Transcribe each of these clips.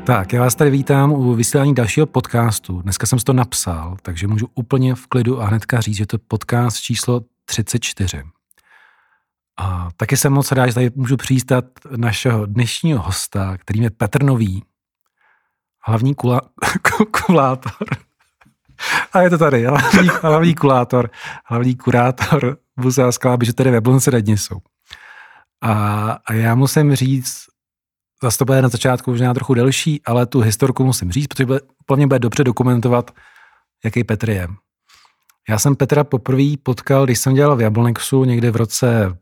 Tak, já vás tady vítám u vysílání dalšího podcastu. Dneska jsem si to napsal, takže můžu úplně v klidu a hnedka říct, že to je podcast číslo 34. A taky jsem moc rád, že tady můžu přivítát našeho dnešního hosta, kterým je Petr Nový, hlavní kulátor. A je to tady, hlavní kurátor Muzea skla a bižuterie v Jablonci nad Nisou. A já musím říct, zase to bude na začátku možná trochu delší, ale tu historku musím říct, protože plně bude dobře dokumentovat, jaký Petr je. Já jsem Petra poprvé potkal, když jsem dělal v Jablonexu někde v roce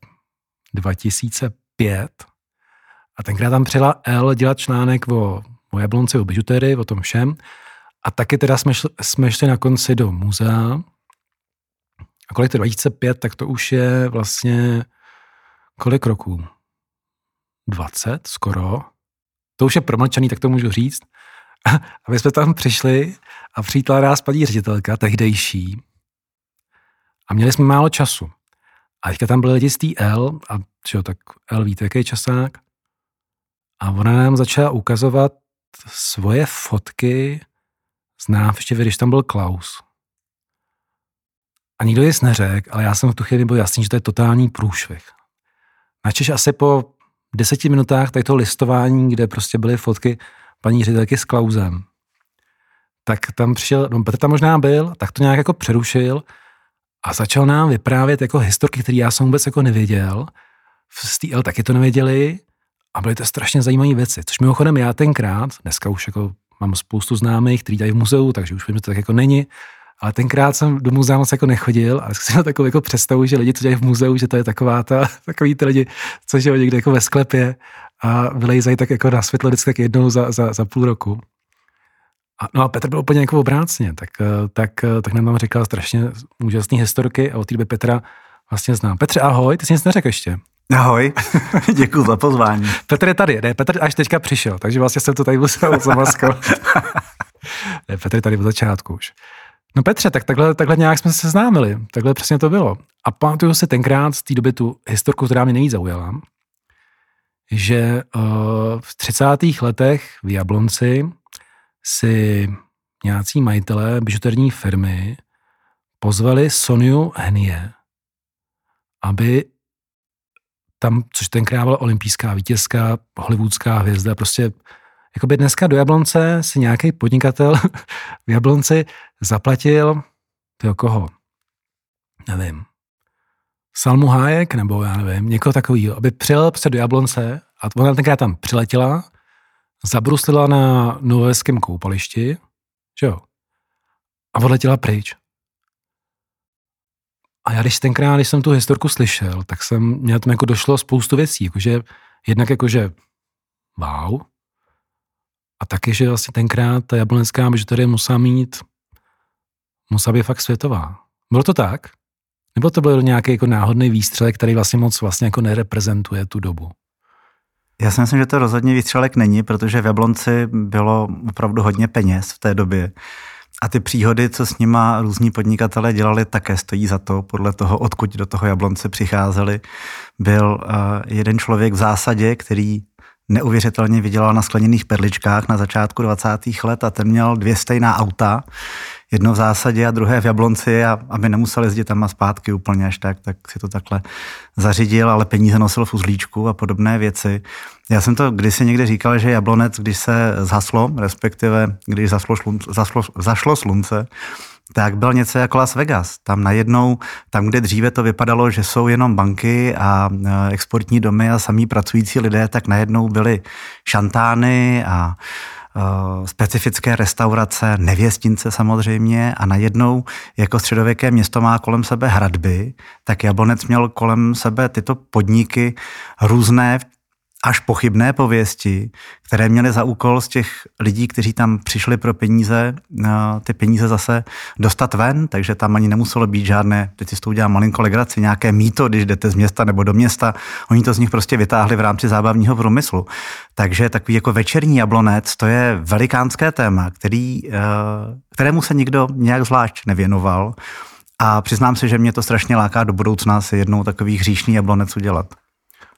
2005 a tenkrát tam přijela Elle dělat článek o Jablonci, o bižuterii, o tom všem a taky teda jsme šli na konci do muzea a kolik to 2005, tak to už je vlastně kolik roků? 20 skoro. To už je promlčený, tak to můžu říct. A my jsme tam přišli a přijítla nás paní ředitelka, tehdejší. A měli jsme málo času. A teďka tam byli lidi z té L, a čo, tak L víte, jaký časák. A ona nám začala ukazovat svoje fotky z návštěvy, když tam byl Klaus. A nikdo nic neřekl, ale já jsem v tu chvíli byl jasný, že to je totální průšvih. Načež asi po 10 minutách tady toho listování, kde prostě byly fotky paní ředitelky s Klausem, tak tam přišel, Petr tam možná byl, tak to nějak jako přerušil a začal nám vyprávět jako historky, které já jsem vůbec jako nevěděl. Z TL taky to nevěděli a byly to strašně zajímavé věci, což mimochodem já tenkrát, dneska už jako mám spoustu známých, kteří tady v muzeu, takže už vím, že to tak jako není, ale tenkrát jsem do muzea moc jako nechodil a jsem měl takovou jako představu, že lidi, co dělají v muzeu, že to je takový ty lidi, co žijou někde jako ve sklepě a vylejzají tak jako na světlo vždycky tak jednou za půl roku. No a Petr byl úplně jako obrácně, tak nám tam říkal strašně úžasné historky a od té doby Petra vlastně znám. Petře, ahoj, ty jsi nic neřekl ještě. Ahoj, děkuji za pozvání. Petr je tady, ne, Petr až teďka přišel, takže vlastně jsem to tady musel zamaskovat. Ne, Petr je tady od začátku už. No Petře, tak takhle nějak jsme se seznámili, takhle přesně to bylo. A pamatuju si tenkrát z té doby tu historku, která mě nejvíc zaujala, že v 30. letech v Jablonci si nějací majitelé bižuterní firmy pozvali Soniu Hennie, aby tam, což tenkrát byla olympijská vítězka, hollywoodská hvězda, prostě jakoby dneska do Jablonce si nějaký podnikatel v Jablonci zaplatil koho? Nevím. Salmu Hájek, nebo já nevím, někoho takového, aby přijel do Jablonce a ona tenkrát tam přiletěla, zabruslila na Novověském koupališti, že jo, a odletěla pryč. A já když jsem tu historku slyšel, tak mě tam jako došlo spoustu věcí, jakože jednak jakože wow, a taky, že vlastně tenkrát ta jablonecká bižuterie musela být fakt světová. Bylo to tak? Nebo to byl nějaký jako náhodný výstřelek, který vlastně moc jako nereprezentuje tu dobu? Já si myslím, že to rozhodně výstřelek není, protože v Jablonci bylo opravdu hodně peněz v té době. A ty příhody, co s nima různí podnikatelé dělali, také stojí za to. Podle toho, odkud do toho Jablonce přicházeli, byl jeden člověk v zásadě, který neuvěřitelně vydělal na skleněných perličkách na začátku 20. let a ten měl 2 stejná auta, jedno v zásadě a druhé v Jablonci a aby nemusel jezdit tam a zpátky úplně až tak si to takhle zařídil, ale peníze nosil v uzlíčku a podobné věci. Já jsem to kdysi někde říkal, že Jablonec, když se zhaslo, respektive když zašlo slunce, tak byl něco jako Las Vegas. Tam najednou, tam, kde dříve to vypadalo, že jsou jenom banky a exportní domy a samí pracující lidé, tak najednou byly šantány a specifické restaurace, nevěstince samozřejmě a najednou jako středověké město má kolem sebe hradby, tak Jablonec měl kolem sebe tyto podniky různé až pochybné pověsti, které měly za úkol z těch lidí, kteří tam přišli pro peníze, ty peníze zase dostat ven, takže tam ani nemuselo být žádné, teď si s tou udělám malinko legraci, nějaké mýto, když jdete z města nebo do města, oni to z nich prostě vytáhli v rámci zábavního průmyslu. Takže takový jako večerní Jablonec, to je velikánské téma, kterému se nikdo nějak zvlášť nevěnoval a přiznám se, že mě to strašně láká do budoucna si jednou takový hříšný Jablonec udělat.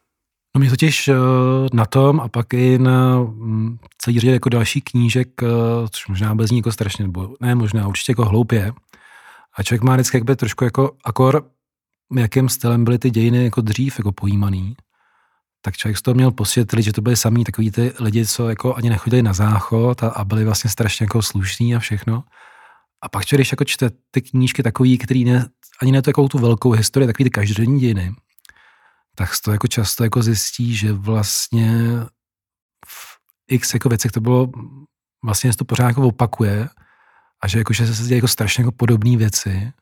No mě totiž na tom a pak i na celý řadě jako další knížek, což možná bez ní jako strašně, nebo ne možná, určitě jako hloupě. A člověk má vždycky jakby trošku jako akor, jakým stylem byly ty dějiny jako dřív jako pojímaný. Tak člověk z toho měl pocit, že to byly samý takový ty lidi, co jako ani nechodili na záchod a byli vlastně strašně jako slušní a všechno. A pak člověk, když jako čte ty knížky takový, který ani ne takovou tu velkou historii, takový ty každodenní dějiny, tak to jako často jako zjistí, že vlastně v x jako věcech to bylo, vlastně se to pořád jako opakuje a že se dějí jako strašně jako podobné věci.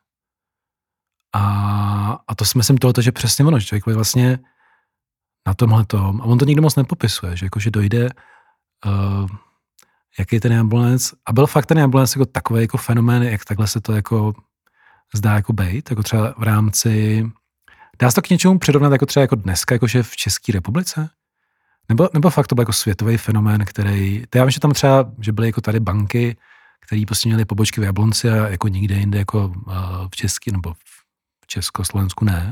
A to si myslím tohleto, že přesně ono, že člověk vlastně na tomhletom, a on to nikdo moc nepopisuje, že jako, že dojde, jaký je ten jablonec, a byl fakt ten jablonec jako takový jako fenomén, jak takhle se to jako zdá jako bejt, jako třeba v rámci, dá se to k něčemu přirovnat jako třeba jako dneska, jakože v České republice? Nebo fakt to byl jako světový fenomén, který, já vím, že tam třeba, že byly jako tady banky, které prostě měly pobočky v Jablonci a jako nikde jinde jako v České nebo v Československu ne.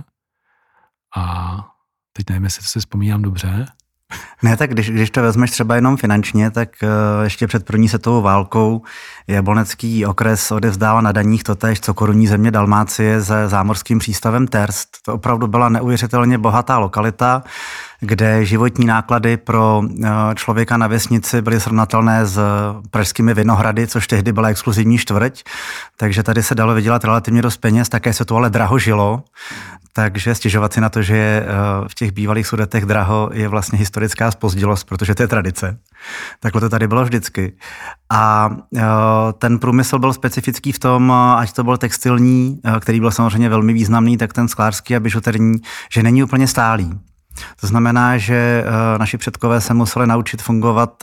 A teď nevím, jestli si vzpomínám dobře. Ne, tak když to vezmeš třeba jenom finančně, tak ještě před první světovou válkou Jablonecký okres odevzdával na daních totéž, co korunní země Dalmácie se zámořským přístavem Terst. To opravdu byla neuvěřitelně bohatá lokalita, kde životní náklady pro člověka na vesnici byly srovnatelné s pražskými Vinohrady, což tehdy byla exkluzivní čtvrť, takže tady se dalo vydělat relativně dost peněz, také se tu ale draho žilo, takže stěžovat si na to, že je v těch bývalých Sudetech draho, je vlastně historická zpozdílost, protože to je tradice. Takhle to tady bylo vždycky. A ten průmysl byl specifický v tom, ať to byl textilní, který byl samozřejmě velmi významný, tak ten sklářský a bižuterní, že není úplně stálý. To znamená, že naši předkové se museli naučit fungovat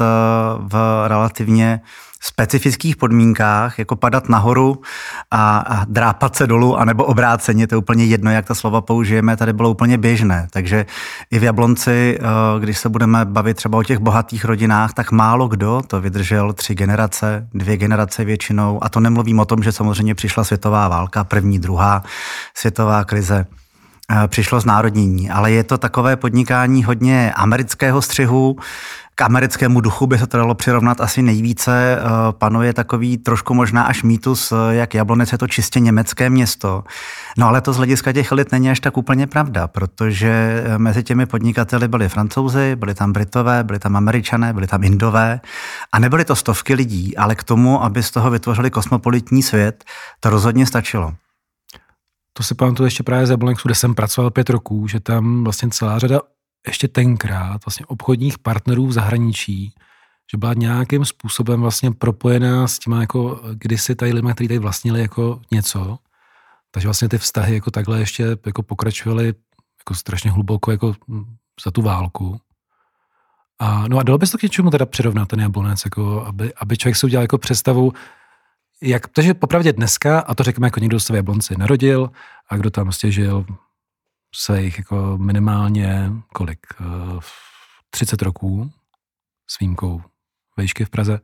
v relativně specifických podmínkách, jako padat nahoru a drápat se dolů, anebo obráceně, to je úplně jedno, jak ta slova použijeme, tady bylo úplně běžné. Takže i v Jablonci, když se budeme bavit třeba o těch bohatých rodinách, tak málo kdo to vydržel 3 generace, 2 generace většinou. A to nemluvím o tom, že samozřejmě přišla světová válka, první, druhá světová krize. Přišlo znárodnění, ale je to takové podnikání hodně amerického střihu. K americkému duchu by se to dalo přirovnat asi nejvíce. Panuje takový trošku možná až mýtus, jak Jablonec je to čistě německé město. No ale to z hlediska těch elit není až tak úplně pravda, protože mezi těmi podnikateli byli Francouzi, byli tam Britové, byli tam Američané, byli tam Indové a nebyly to stovky lidí, ale k tomu, aby z toho vytvořili kosmopolitní svět, to rozhodně stačilo. To si pamatuju ještě právě z Jabloncu, kde jsem pracoval 5 roků, že tam vlastně celá řada ještě tenkrát vlastně obchodních partnerů v zahraničí, že byla nějakým způsobem vlastně propojená s těma jako kdysi tady lidmi, kteří tady vlastnili jako něco. Takže vlastně ty vztahy jako takhle ještě jako pokračovaly jako strašně hluboko jako za tu válku. No a dalo bys to k něčemu teda přirovnat ten Jablonec, jako aby člověk si udělal jako představu, protože popravdě dneska, a to řekněme jako někdo se v Jablonci narodil a kdo tam prostě žil svých jako minimálně 30 roků s výjimkou vejšky v Praze,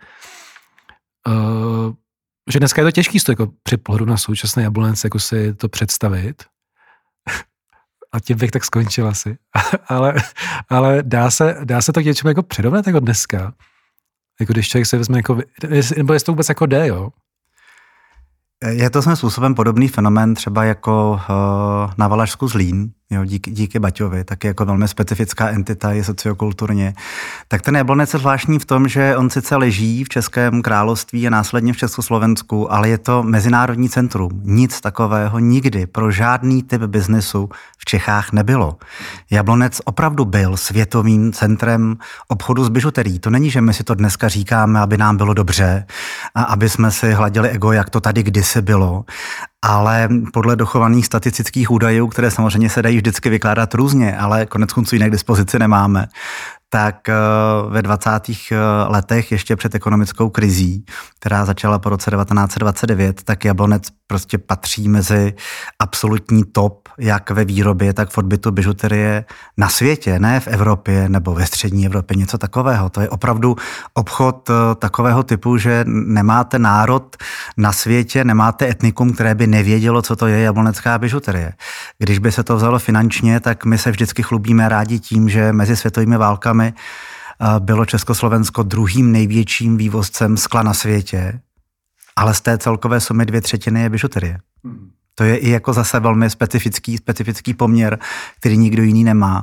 že dneska je to těžký jako při pohledu na současný Jablonec jako si to představit. A tím bych tak skončil asi. ale dá se to k něčemu jako přirovnat jako dneska. Jako když člověk se vezme jako, nebo jestli to vůbec jako jde, jo? Je to svým způsobem podobný fenomén třeba jako na Valašsku Zlín, jo, díky Baťovi, taky jako velmi specifická entita je sociokulturně. Tak ten Jablonec je zvláštní v tom, že on sice leží v Českém království a následně v Československu, ale je to mezinárodní centrum. Nic takového nikdy pro žádný typ biznesu v Čechách nebylo. Jablonec opravdu byl světovým centrem obchodu s bižuterií. To není, že my si to dneska říkáme, aby nám bylo dobře a aby jsme si hladili ego, jak to tady kdysi bylo. Ale podle dochovaných statistických údajů, které samozřejmě se dají vždycky vykládat různě, ale konec konců jiné k dispozici nemáme, tak ve 20. letech, ještě před ekonomickou krizí, která začala po roce 1929, tak Jablonec prostě patří mezi absolutní top, jak ve výrobě, tak v odbytu bižuterie na světě, ne v Evropě nebo ve střední Evropě, něco takového. To je opravdu obchod takového typu, že nemáte národ na světě, nemáte etnikum, které by nevědělo, co to je jablonecká bižuterie. Když by se to vzalo finančně, tak my se vždycky chlubíme rádi tím, že mezi světovými válkami bylo Československo druhým největším vývozcem skla na světě, ale z té celkové sumy 2/3 je bižuterie. To je i jako zase velmi specifický poměr, který nikdo jiný nemá.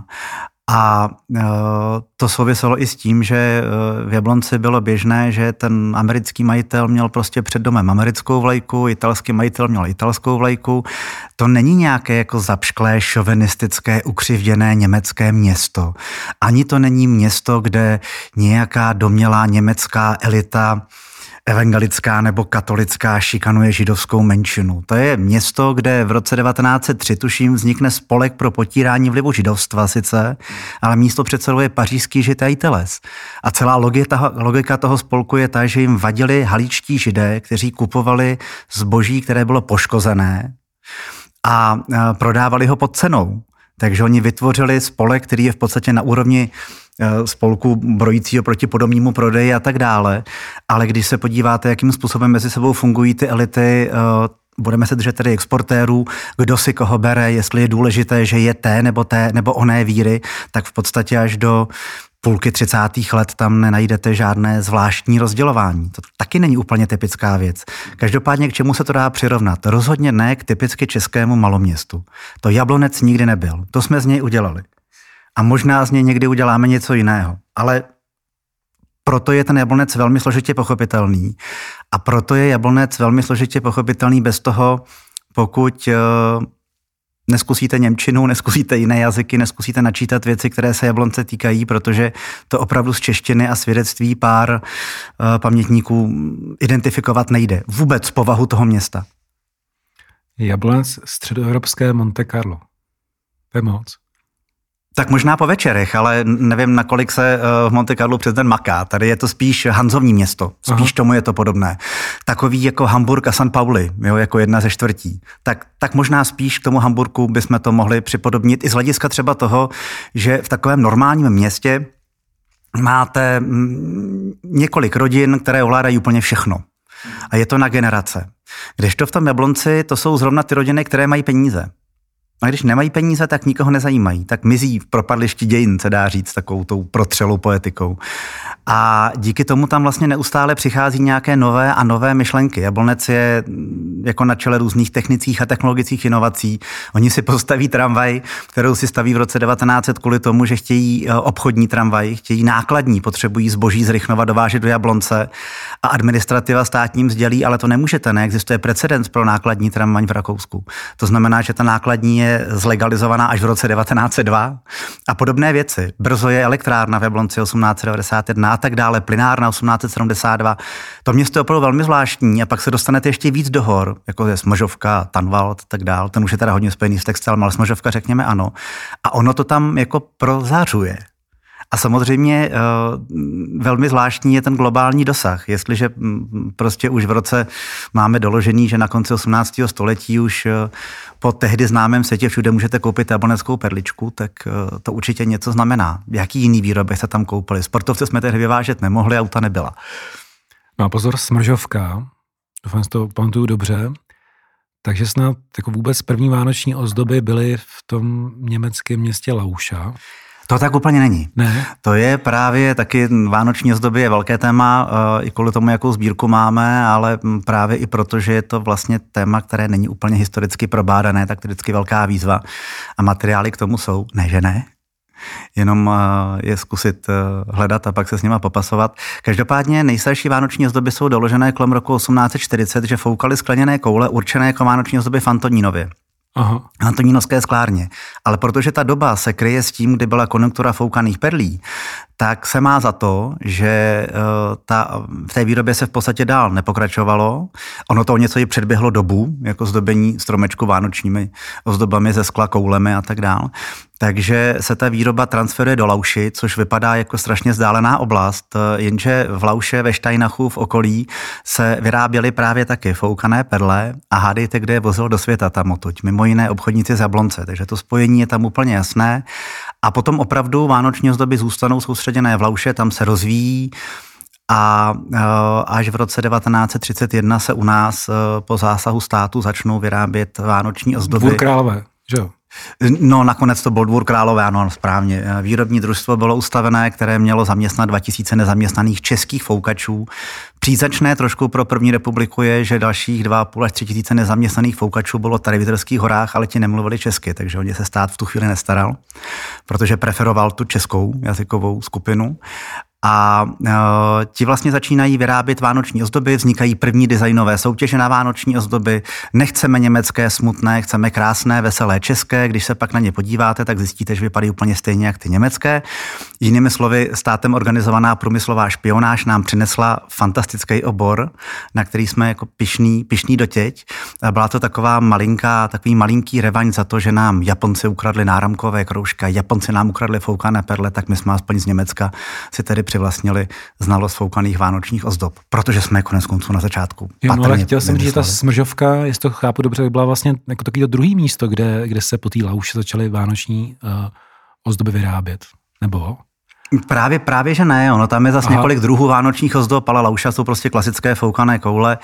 A to souviselo i s tím, že v Jablonci bylo běžné, že ten americký majitel měl prostě před domem americkou vlajku, italský majitel měl italskou vlajku. To není nějaké jako zapšklé, šovinistické, ukřivděné německé město. Ani to není město, kde nějaká domnělá německá elita evangelická nebo katolická šikanuje židovskou menšinu. To je město, kde v roce 1903, tuším, vznikne spolek pro potírání vlivu židovstva sice, ale místo předsedou je pařížský žid Teles. A celá logika toho spolku je ta, že jim vadili halíčtí židé, kteří kupovali zboží, které bylo poškozené a prodávali ho pod cenou. Takže oni vytvořili spolek, který je v podstatě na úrovni spolku brojícího proti podomnímu prodeji a tak dále. Ale když se podíváte, jakým způsobem mezi sebou fungují ty elity, budeme se držet tedy exportérů, kdo si koho bere, jestli je důležité, že je té nebo oné víry, tak v podstatě až do půlky 30. let tam nenajdete žádné zvláštní rozdělování. To taky není úplně typická věc. Každopádně k čemu se to dá přirovnat? Rozhodně ne k typicky českému maloměstu. To Jablonec nikdy nebyl. To jsme z něj udělali. A možná z něj někdy uděláme něco jiného. Ale proto je ten Jablonec velmi složitě pochopitelný. A proto je Jablonec velmi složitě pochopitelný bez toho, pokud neskusíte němčinu, neskusíte jiné jazyky, neskusíte načítat věci, které se Jablonce týkají, protože to opravdu z češtiny a svědectví pár pamětníků identifikovat nejde. Vůbec povahu toho města. Jablonec středoevropské Monte Carlo. To je moc. Tak možná po večerech, ale nevím, nakolik se v Monte Carlo přes den maká. Tady je to spíš hanzovní město. Spíš tomu je to podobné. Takový jako Hamburg a San Pauli, jo, jako jedna ze čtvrtí. Tak možná spíš k tomu Hamburku bychom to mohli připodobnit i z hlediska třeba toho, že v takovém normálním městě máte několik rodin, které ovládají úplně všechno. A je to na generace. Kdežto v tom Jablonci to jsou zrovna ty rodiny, které mají peníze. A když nemají peníze, tak nikoho nezajímají. Tak mizí v propadlišti dějin, se dá říct, takovou tou protřelou poetikou. A díky tomu tam vlastně neustále přichází nějaké nové a nové myšlenky. Jablonec je jako na čele různých technických a technologických inovací. Oni si postaví tramvaj, kterou si staví v roce 1900 kvůli tomu, že chtějí obchodní tramvaj, chtějí nákladní, potřebují zboží z Rychnova dovážet do Jablonce a administrativa státním sdělí, ale to nemůžete, neexistuje precedens pro nákladní tramvaj v Rakousku. To znamená, že ta nákladní je zlegalizovaná až v roce 1902 a podobné věci. Brzo je elektrárna v Jablonci 1891 a tak dále, plynárna 1872. To město je opravdu velmi zvláštní a pak se dostanete ještě víc do hor, jako je Smržovka, Tanvald a tak dále. Ten už je teda hodně spojený s textilem, ale Smržovka řekněme ano. A ono to tam jako prozářuje. A samozřejmě velmi zvláštní je ten globální dosah. Jestliže prostě už v roce máme doložený, že na konci 18. století už po tehdy známém světě všude můžete koupit jabloneckou perličku, tak to určitě něco znamená. Jaký jiný výrobek se tam koupili? Sportovce jsme tehdy vyvážet nemohli, auta nebyla. No a pozor, Smržovka, doufám, že to pamatuju dobře, takže snad jako vůbec první vánoční ozdoby byly v tom německém městě Lauša. To tak úplně není. Ne. To je právě taky vánoční ozdoby je velké téma, i kvůli tomu, jakou sbírku máme, ale právě i proto, že je to vlastně téma, které není úplně historicky probádané, tak to je vždycky velká výzva. A materiály k tomu jsou. Ne, že ne. Jenom je zkusit hledat a pak se s nima popasovat. Každopádně nejstarší vánoční ozdoby jsou doložené kolem roku 1840, že foukaly skleněné koule určené jako vánoční ozdoby v Antonínově. Aha. Antonínovské sklárně. Ale protože ta doba se kryje s tím, kdy byla konjunktura foukaných perlí, tak se má za to, že v té výrobě se v podstatě dál nepokračovalo. Ono to o něco i předběhlo dobu, jako zdobení stromečku vánočními ozdobami ze skla, koulemi a tak dál. Takže se ta výroba transferuje do Lauši, což vypadá jako strašně vzdálená oblast, jenže v Lauše, ve Steinachu, v okolí se vyráběly právě taky foukané perle a hádejte, kde je vozil do světa tam odtud. Mimo jiné obchodníci z Jablonce, takže to spojení je tam úplně jasné. A potom opravdu vánoční ozdoby zůstanou soustředěné v Lauše, tam se rozvíjí a až v roce 1931 se u nás po zásahu státu začnou vyrábět vánoční ozdoby. Dvůr Králové, že jo? No, nakonec to byl Dvůr Králové, ano, správně. Výrobní družstvo bylo ustavené, které mělo zaměstnat 2000 nezaměstnaných českých foukačů. Příznačné trošku pro první republiku je, že dalších 2,5 až 3 tisíce nezaměstnaných foukačů bylo tady v Trviterských horách, ale ti nemluvili česky, takže o ně se stát v tu chvíli nestaral, protože preferoval tu českou jazykovou skupinu. A ti vlastně začínají vyrábět vánoční ozdoby, vznikají první designové soutěže na vánoční ozdoby. Nechceme německé smutné, chceme krásné, veselé české. Když se pak na ně podíváte, tak zjistíte, že vypadají úplně stejně jak ty německé. Jinými slovy, státem organizovaná průmyslová špionáž nám přinesla fantastický obor, na který jsme jako pyšní dotěď. Byla to takový malinký revaň za to, že nám Japonci ukradli náramkové kroužka, Japonci nám ukradli foukané perle, tak my jsme aspoň z Německa si tedy přivlastnili znalost foukaných vánočních ozdob, protože jsme koneckonců na začátku. Jo, no, ale chtěl jsem říct, že ta Smržovka, jestli to chápu dobře, byla vlastně jako takový druhý místo, kde se po té Lauši začaly vánoční ozdoby vyrábět, nebo? Právě, že ne. Ono tam je zase několik druhů vánočních ozdob, ale Lauša jsou prostě klasické foukané koule.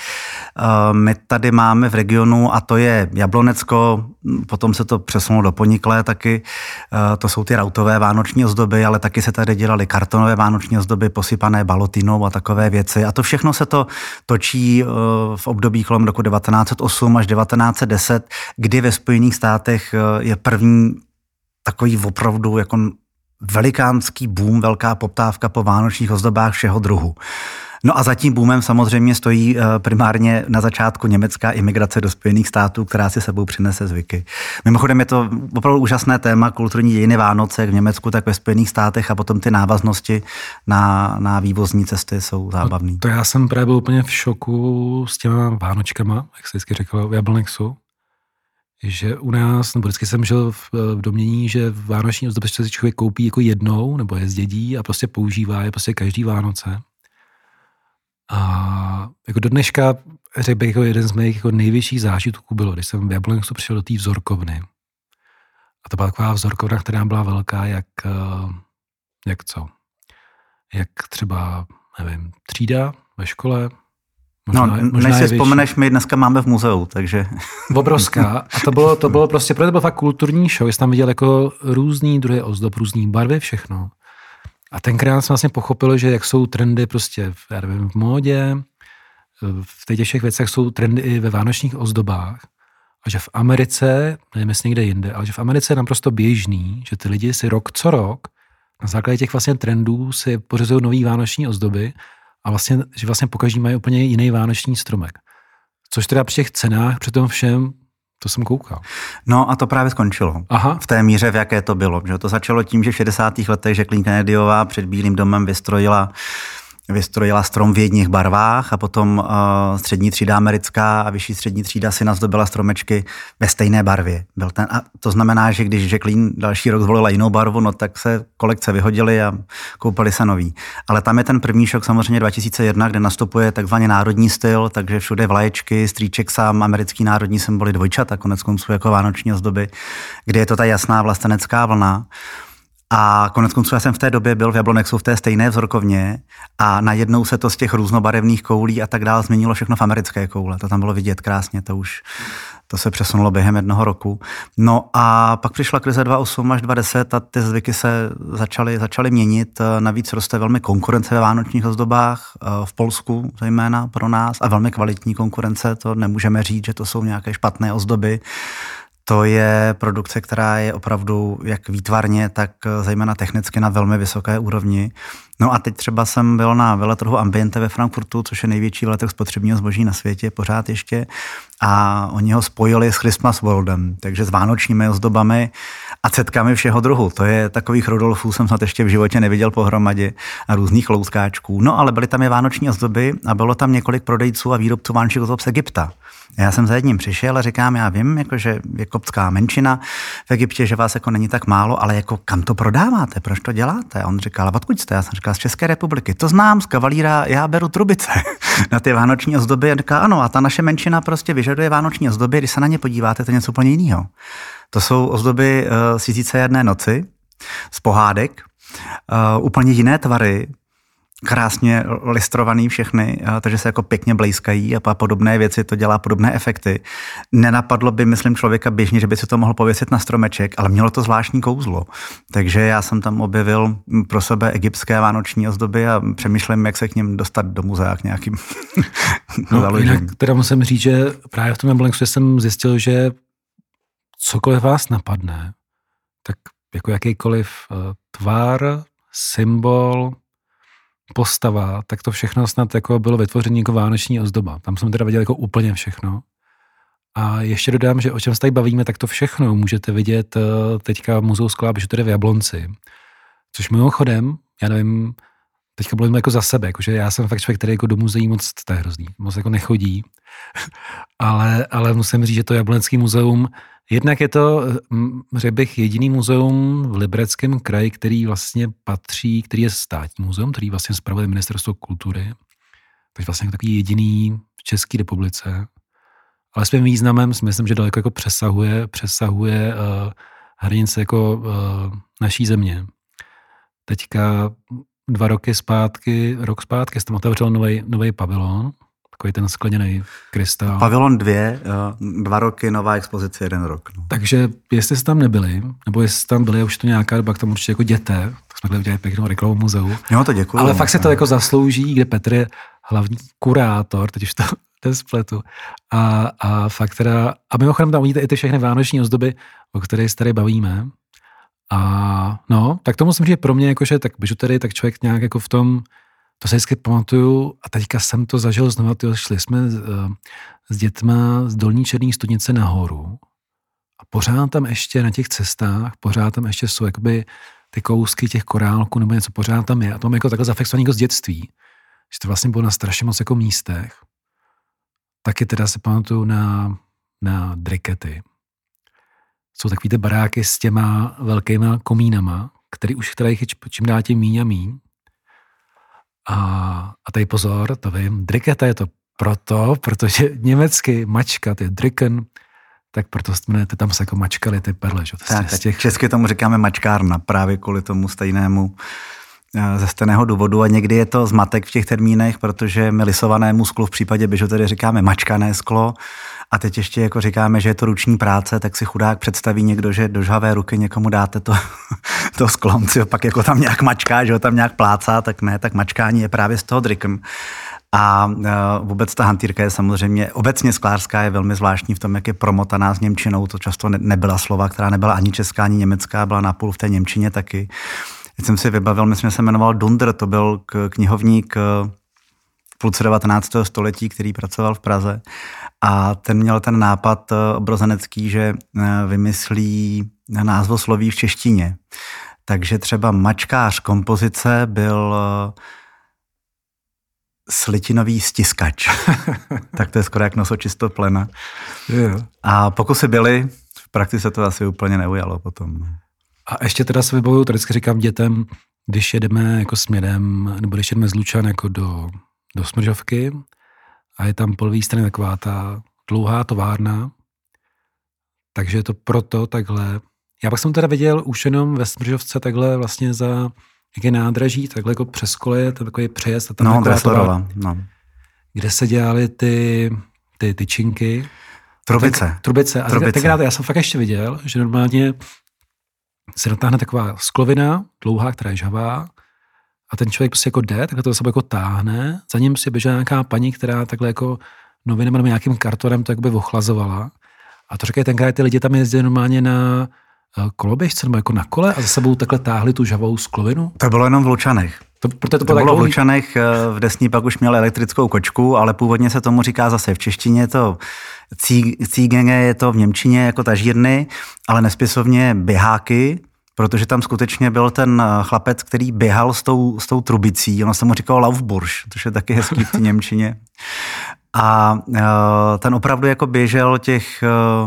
My tady máme v regionu, a to je Jablonecko, potom se to přesunulo do Poniklé taky, to jsou ty rautové vánoční ozdoby, ale taky se tady dělaly kartonové vánoční ozdoby posypané balotinou a takové věci. A to všechno se to točí v období kolem roku 1908 až 1910, kdy ve Spojených státech je první takový opravdu jako velikánský boom, velká poptávka po vánočních ozdobách všeho druhu. No a za tím boomem samozřejmě stojí primárně na začátku německá imigrace do Spojených států, která si sebou přinese zvyky. Mimochodem je to opravdu úžasné téma, kulturní dějiny Vánoce, jak v Německu, tak ve Spojených státech, a potom ty návaznosti na vývozní cesty jsou zábavný. To já jsem právě byl úplně v šoku s těma vánočkama, jak se vždycky řeklo v Jablonexu, že u nás, nebo vždycky jsem žil v domění, že vánoční ozdoby se člověk koupí jako jednou, nebo je zdědí a prostě používá je prostě každý Vánoce. A jako do dneška, řekl bych, jako jeden z mých jako největších zážitků bylo, když jsem v Jablonexu přišel do té vzorkovny. A to byla taková vzorkovna, která byla velká, jak třeba, nevím, třída ve škole. Než si vzpomeneš, my dneska máme v muzeu, takže... Obrovská. A to bylo prostě, protože to byl fakt kulturní show, jsi tam viděl jako různý druhy ozdob, různý barvy, všechno. A tenkrát jsem vlastně pochopil, že jak jsou trendy prostě v módě, v těch všech věcech jsou trendy i ve vánočních ozdobách. A že v Americe, nevím jestli někde jinde, ale že v Americe je naprosto běžný, že ty lidi si rok co rok na základě těch vlastně trendů si pořizují nový vánoční ozdoby a že vlastně pokaždý mají úplně jiný vánoční stromek. Což teda při těch cenách, při tom všem, to jsem koukal. No a to právě skončilo. Aha. V té míře, v jaké to bylo. Že to začalo tím, že v 60. letech Jacqueline Kennedyová před Bílým domem vystrojila strom v jedních barvách a potom střední třída americká a vyšší střední třída si nazdobila stromečky ve stejné barvě. A to znamená, že když Jacqueline další rok zvolila jinou barvu, no tak se kolekce vyhodily a koupili se nový. Ale tam je ten první šok samozřejmě 2001, kde nastupuje takzvaný národní styl, takže všude vlaječky, strýček sám, americký národní symboly, dvojčata, koneckonců jako vánoční ozdoby, kde je to ta jasná vlastenecká vlna. A koneckonců já jsem v té době byl v Jablonexu v té stejné vzorkovně a najednou se to z těch různobarevných koulí a tak dále změnilo všechno v americké koule. To tam bylo vidět krásně, to se přesunulo během 1 roku. No a pak přišla krize 2008 až 2010 a ty zvyky se začaly měnit. Navíc roste velmi konkurence ve vánočních ozdobách, v Polsku zejména pro nás, a velmi kvalitní konkurence, to nemůžeme říct, že to jsou nějaké špatné ozdoby. To je produkce, která je opravdu jak výtvarně, tak zejména technicky na velmi vysoké úrovni. No a teď třeba jsem byl na veletrhu Ambiente ve Frankfurtu, což je největší veletrh spotřebního zboží na světě, pořád ještě. A oni ho spojili s Christmas Worldem, takže s vánočními ozdobami a cetkami všeho druhu. To je takových Rudolfů jsem snad ještě v životě neviděl pohromadě a různých loutkáčků. No ale byly tam i vánoční ozdoby a bylo tam několik prodejců a výrobců vánočních ozdob z Egypta. Já jsem za jedním přišel a říkám, já vím, jako, že je koptská menšina v Egyptě, že vás jako není tak málo, ale jako kam to prodáváte, proč to děláte? A on říkal, odkud jste? Já jsem říkal, z České republiky. To znám, z Kavalíra, já beru trubice na ty vánoční ozdoby. A říká, ano, a ta naše menšina prostě vyžaduje vánoční ozdoby, když se na ně podíváte, to je něco úplně jiného. To jsou ozdoby z 1001 noci, z pohádek, úplně jiné tvary, krásně listrovaný všechny, takže se jako pěkně blejskají a podobné věci, to dělá podobné efekty. Nenapadlo by, myslím, člověka běžně, že by si to mohl pověsit na stromeček, ale mělo to zvláštní kouzlo. Takže já jsem tam objevil pro sebe egyptské vánoční ozdoby a přemýšlím, jak se k nim dostat do muzea k nějakým založením. Jinak teda musím říct, že právě v tom Jabloncu jsem zjistil, že cokoliv vás napadne, tak jako jakýkoliv tvar, symbol, postava, tak to všechno snad jako bylo vytvoření jako vánoční ozdoba. Tam jsem teda viděl jako úplně všechno. A ještě dodám, že o čem se tady bavíme, tak to všechno můžete vidět teďka v Muzeu skla a bižuterie v Jablonci. Což mimochodem, já nevím, teďka mluvím jako za sebe, jakože já jsem fakt člověk, který jako do muzeí moc, to je hrozný, moc jako nechodí. ale musím říct, že to Jablonský muzeum, jednak je to, řekl bych, jediný muzeum v Libereckém kraji, který vlastně patří, který je státní muzeum, který vlastně spravuje Ministerstvo kultury. Takže vlastně takový jediný v České republice. Ale svým významem si myslím, že daleko jako přesahuje hranice jako naší země. Teďka rok zpátky jsem otevřel nový pavilon, takový ten skleněný krystal. Pavilon 2, 2 roky, nová expozice, 1 rok. No. Takže jestli jste tam nebyli, nebo jestli tam byli, už to nějaká doba, k tomu určitě jako jděte, tak jsme udělali pěknou reklamu muzeu. Jo, to děkuji. Ale fakt se to jako zaslouží, kde Petr je hlavní kurátor, teď už to spletu. A fakt teda, a mimochodem tam uvidíte i ty všechny vánoční ozdoby, o kterých se tady bavíme. A no, tak to musím říct pro mě, jakože tak bižuterii, tak člověk nějak jako v tom, to se vždycky pamatuju a teďka jsem to zažil znovu, šli jsme s dětma z Dolní Černý Studnice nahoru a pořád tam ještě na těch cestách, pořád tam ještě jsou jakoby ty kousky těch korálků nebo něco, pořád tam je a to mám jako takhle zafixovaný jako z dětství, že to vlastně bylo na strašně moc jako místech. Taky teda se pamatuju na drikety. Jsou takový ty baráky s těma velkýma komínama, kterých je čím dál tím míň a míň. A tady pozor, to vím, driketa je to protože německy mačka, to je driken, tak proto jmenujete, tam se jako mačkali ty perle. Že? Tak, česky tomu říkáme mačkárna, právě kvůli tomu stejnému ze stejného důvodu a někdy je to zmatek v těch termínech, protože my lisovanému sklu v případě bižuterie říkáme mačkané sklo a teď ještě jako říkáme, že je to ruční práce, tak si chudák představí někdo, že do žhavé ruky někomu dáte to sklo, on si pak jako tam nějak mačká, že ho tam nějak plácá, tak ne, tak mačkání je právě z toho drikem. A vůbec ta hantýrka je samozřejmě, obecně sklářská je velmi zvláštní v tom, jak je promotaná s němčinou, to často nebyla slova, která nebyla ani česká, ani německá, byla napůl v té němčině taky. Teď jsem si vybavil, myslím, že se jmenoval Dunder, to byl knihovník v půlce 19. století, který pracoval v Praze a ten měl ten nápad obrozenecký, že vymyslí názvosloví v češtině. Takže třeba mačkář kompozice byl slitinový stiskač. Tak to je skoro jak nosočisto plena. Yeah. A pokusy byly, v praxi to asi úplně neujalo potom. A ještě teda se vybavuju, tady vždycky říkám dětem, když jedeme jako směrem, nebo když jedeme z Lučan jako do Smržovky a je tam po levé straně taková ta dlouhá továrna, takže je to proto takhle. Já pak jsem teda viděl už jenom ve Smržovce takhle vlastně za jaké nádraží, takhle jako přes koleje, to takový přejezd. A tam kde se dělaly ty tyčinky. Trubice. A tenkrát já jsem fakt ještě viděl, že normálně se dotáhne taková sklovina, dlouhá, která je žhavá a ten člověk prostě jako jde, takhle to za sebou jako táhne, za ním si běžela nějaká paní, která takhle jako novinama nebo nějakým kartonem to jakoby ochlazovala a to říkají tenkrát ty lidi tam jezdili normálně na koloběžce nebo jako na kole a za sebou takhle táhli tu žhavou sklovinu? To bylo jenom v Lučanech. To bylo v Lučanech, v Desní pak už měl elektrickou kočku, ale původně se tomu říká zase v češtině to Cígenge, je to v němčině jako tažírny, ale nespisovně běháky, protože tam skutečně byl ten chlapec, který běhal s tou trubicí, ono se mu říkalo Laufbursch, což je taky hezký v té němčině. A ten opravdu jako běžel těch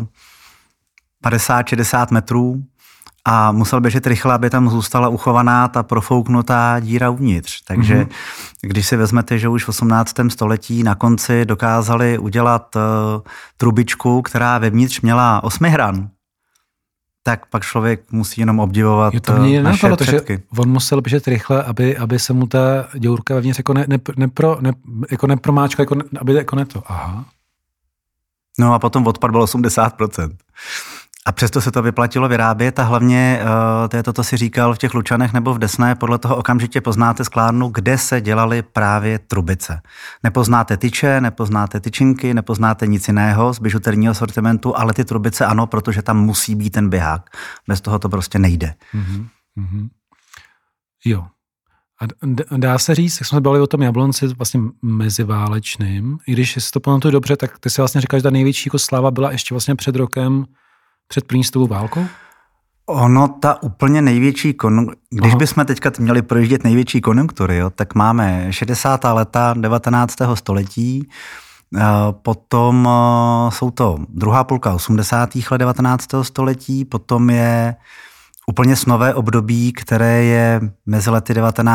50-60 metrů a musel běžet rychle, aby tam zůstala uchovaná ta profouknutá díra uvnitř. Takže když si vezmete, že už v 18. století na konci dokázali udělat trubičku, která vevnitř měla 8 hran, tak pak člověk musí jenom obdivovat naše předky. On musel běžet rychle, aby se mu ta děurka vevnitř jako nepromáčkla, aby jako ne to. Aha. No a potom odpad byl 80%. A přesto se to vyplatilo vyrábět a hlavně, to je to, co si říkal v těch Lučanech nebo v Desné, podle toho okamžitě poznáte sklárnu, kde se dělaly právě trubice. Nepoznáte tyče, nepoznáte tyčinky, nepoznáte nic jiného z bižuterního sortimentu, ale ty trubice ano, protože tam musí být ten běhák. Bez toho to prostě nejde. Mm-hmm. Jo. A dá se říct, jak jsme bavili o tom Jablonci vlastně meziválečným, i když si to pamatuju dobře, tak ty si vlastně říkáš, že ta největší jako sláva byla ještě vlastně před rokem, před první světovou válkou? Ono, ta úplně největší když bychom teďka měli projíždět největší konjunktury, jo, tak máme 60. leta 19. století, potom jsou to druhá půlka 80. let 19. století, potom je úplně nové období, které je mezi lety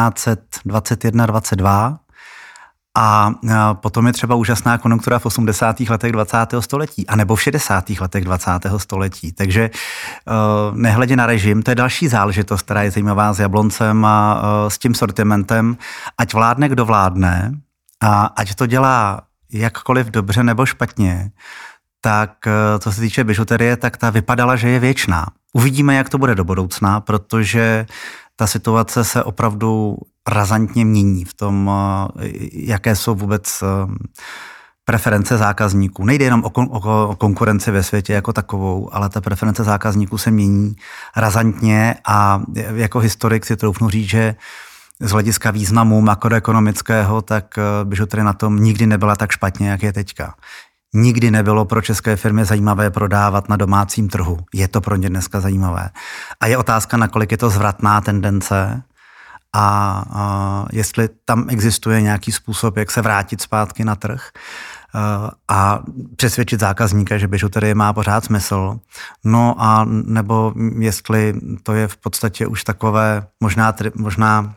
1921-22 a potom je třeba úžasná konjunktura v 80. letech 20. století, anebo v 60. letech 20. století. Takže nehledě na režim, to je další záležitost, která je zajímavá s Jabloncem a s tím sortimentem. Ať vládne, kdo vládne, a ať to dělá jakkoliv dobře nebo špatně, tak co se týče bižuterie, tak ta vypadala, že je věčná. Uvidíme, jak to bude do budoucna, protože ta situace se opravdu razantně mění v tom, jaké jsou vůbec preference zákazníků. Nejde jenom o konkurenci ve světě jako takovou, ale ta preference zákazníků se mění razantně a jako historik si troufnu říct, že z hlediska významu makroekonomického, tak bižuterie na tom nikdy nebyla tak špatně, jak je teďka. Nikdy nebylo pro české firmy zajímavé prodávat na domácím trhu. Je to pro ně dneska zajímavé. A je otázka, nakolik je to zvratná tendence a jestli tam existuje nějaký způsob, jak se vrátit zpátky na trh a přesvědčit zákazníka, že bižuterie má pořád smysl. No a nebo jestli to je v podstatě už takové možná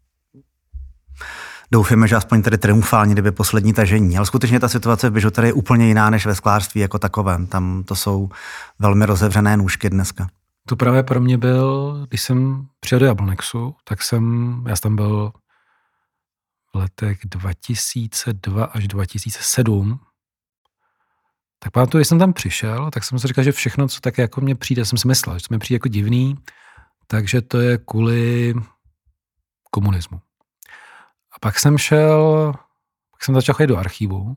doufáme, že aspoň tedy triumfálně, kdyby poslední tažení. Ale skutečně ta situace v bižuterii je úplně jiná než ve sklářství jako takovém. Tam to jsou velmi rozevřené nůžky dneska. To právě pro mě byl, když jsem přijel do Jablonexu, tak já jsem tam byl v letech 2002 až 2007. Tak pamatuju, když jsem tam přišel, tak jsem si říkal, že všechno, co tak jako mně přijde, jsem si myslel, že to mi přijde jako divný, takže to je kvůli komunismu. A pak jsem začal chodit do archivu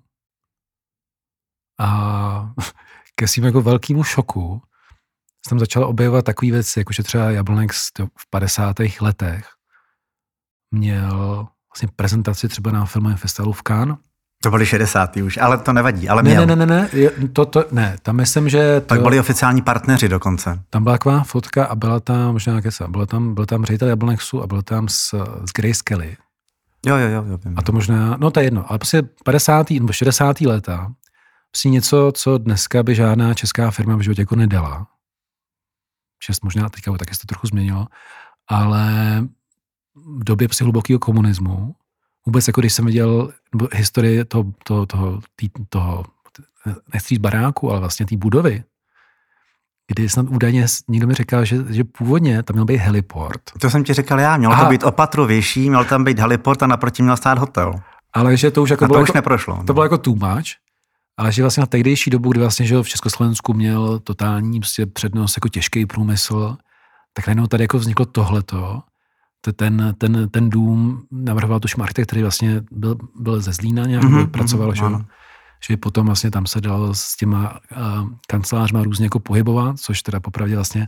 a ke svým jako velkému šoku jsem začal objevovat takové věci, jako že třeba Jablonex v 50. letech měl vlastně prezentaci třeba na filmovém festivalu v Cannes. To byly 60. už, ale to nevadí, ale měl. Ne, tam myslím, že... Tak byli oficiální partneři dokonce. Tam byla taková fotka a byla tam, možná byl tam ředitel Jablonexu a byl tam s Grace Kelly. Jo. A to možná, no to je jedno, ale prostě 50. nebo 60. léta prostě něco, co dneska by žádná česká firma v životě jako nedala. Možná teďka taky se to trochu změnilo, ale v době prostě hlubokého komunismu, vůbec jako když jsem viděl historii toho nechci říct baráku, ale vlastně té budovy, kdy snad údajně někdo mi říkal, že původně tam měl být heliport. To jsem ti říkal já, mělo to být opatru větší, měl tam být heliport a naproti měl stát hotel. Ale že to už jako bylo už neprošlo. To bylo jako too much, ale že vlastně na tehdejší dobu, kdy vlastně že v Československu měl totální prostě přednost jako těžký průmysl, tak najednou tady jako vzniklo tohleto. Ten dům navrhoval tuším architekt, který vlastně byl ze Zlína nějak, pracoval, že potom vlastně tam se dalo s těma kancelářma různě jako pohybovat, což teda popravdě vlastně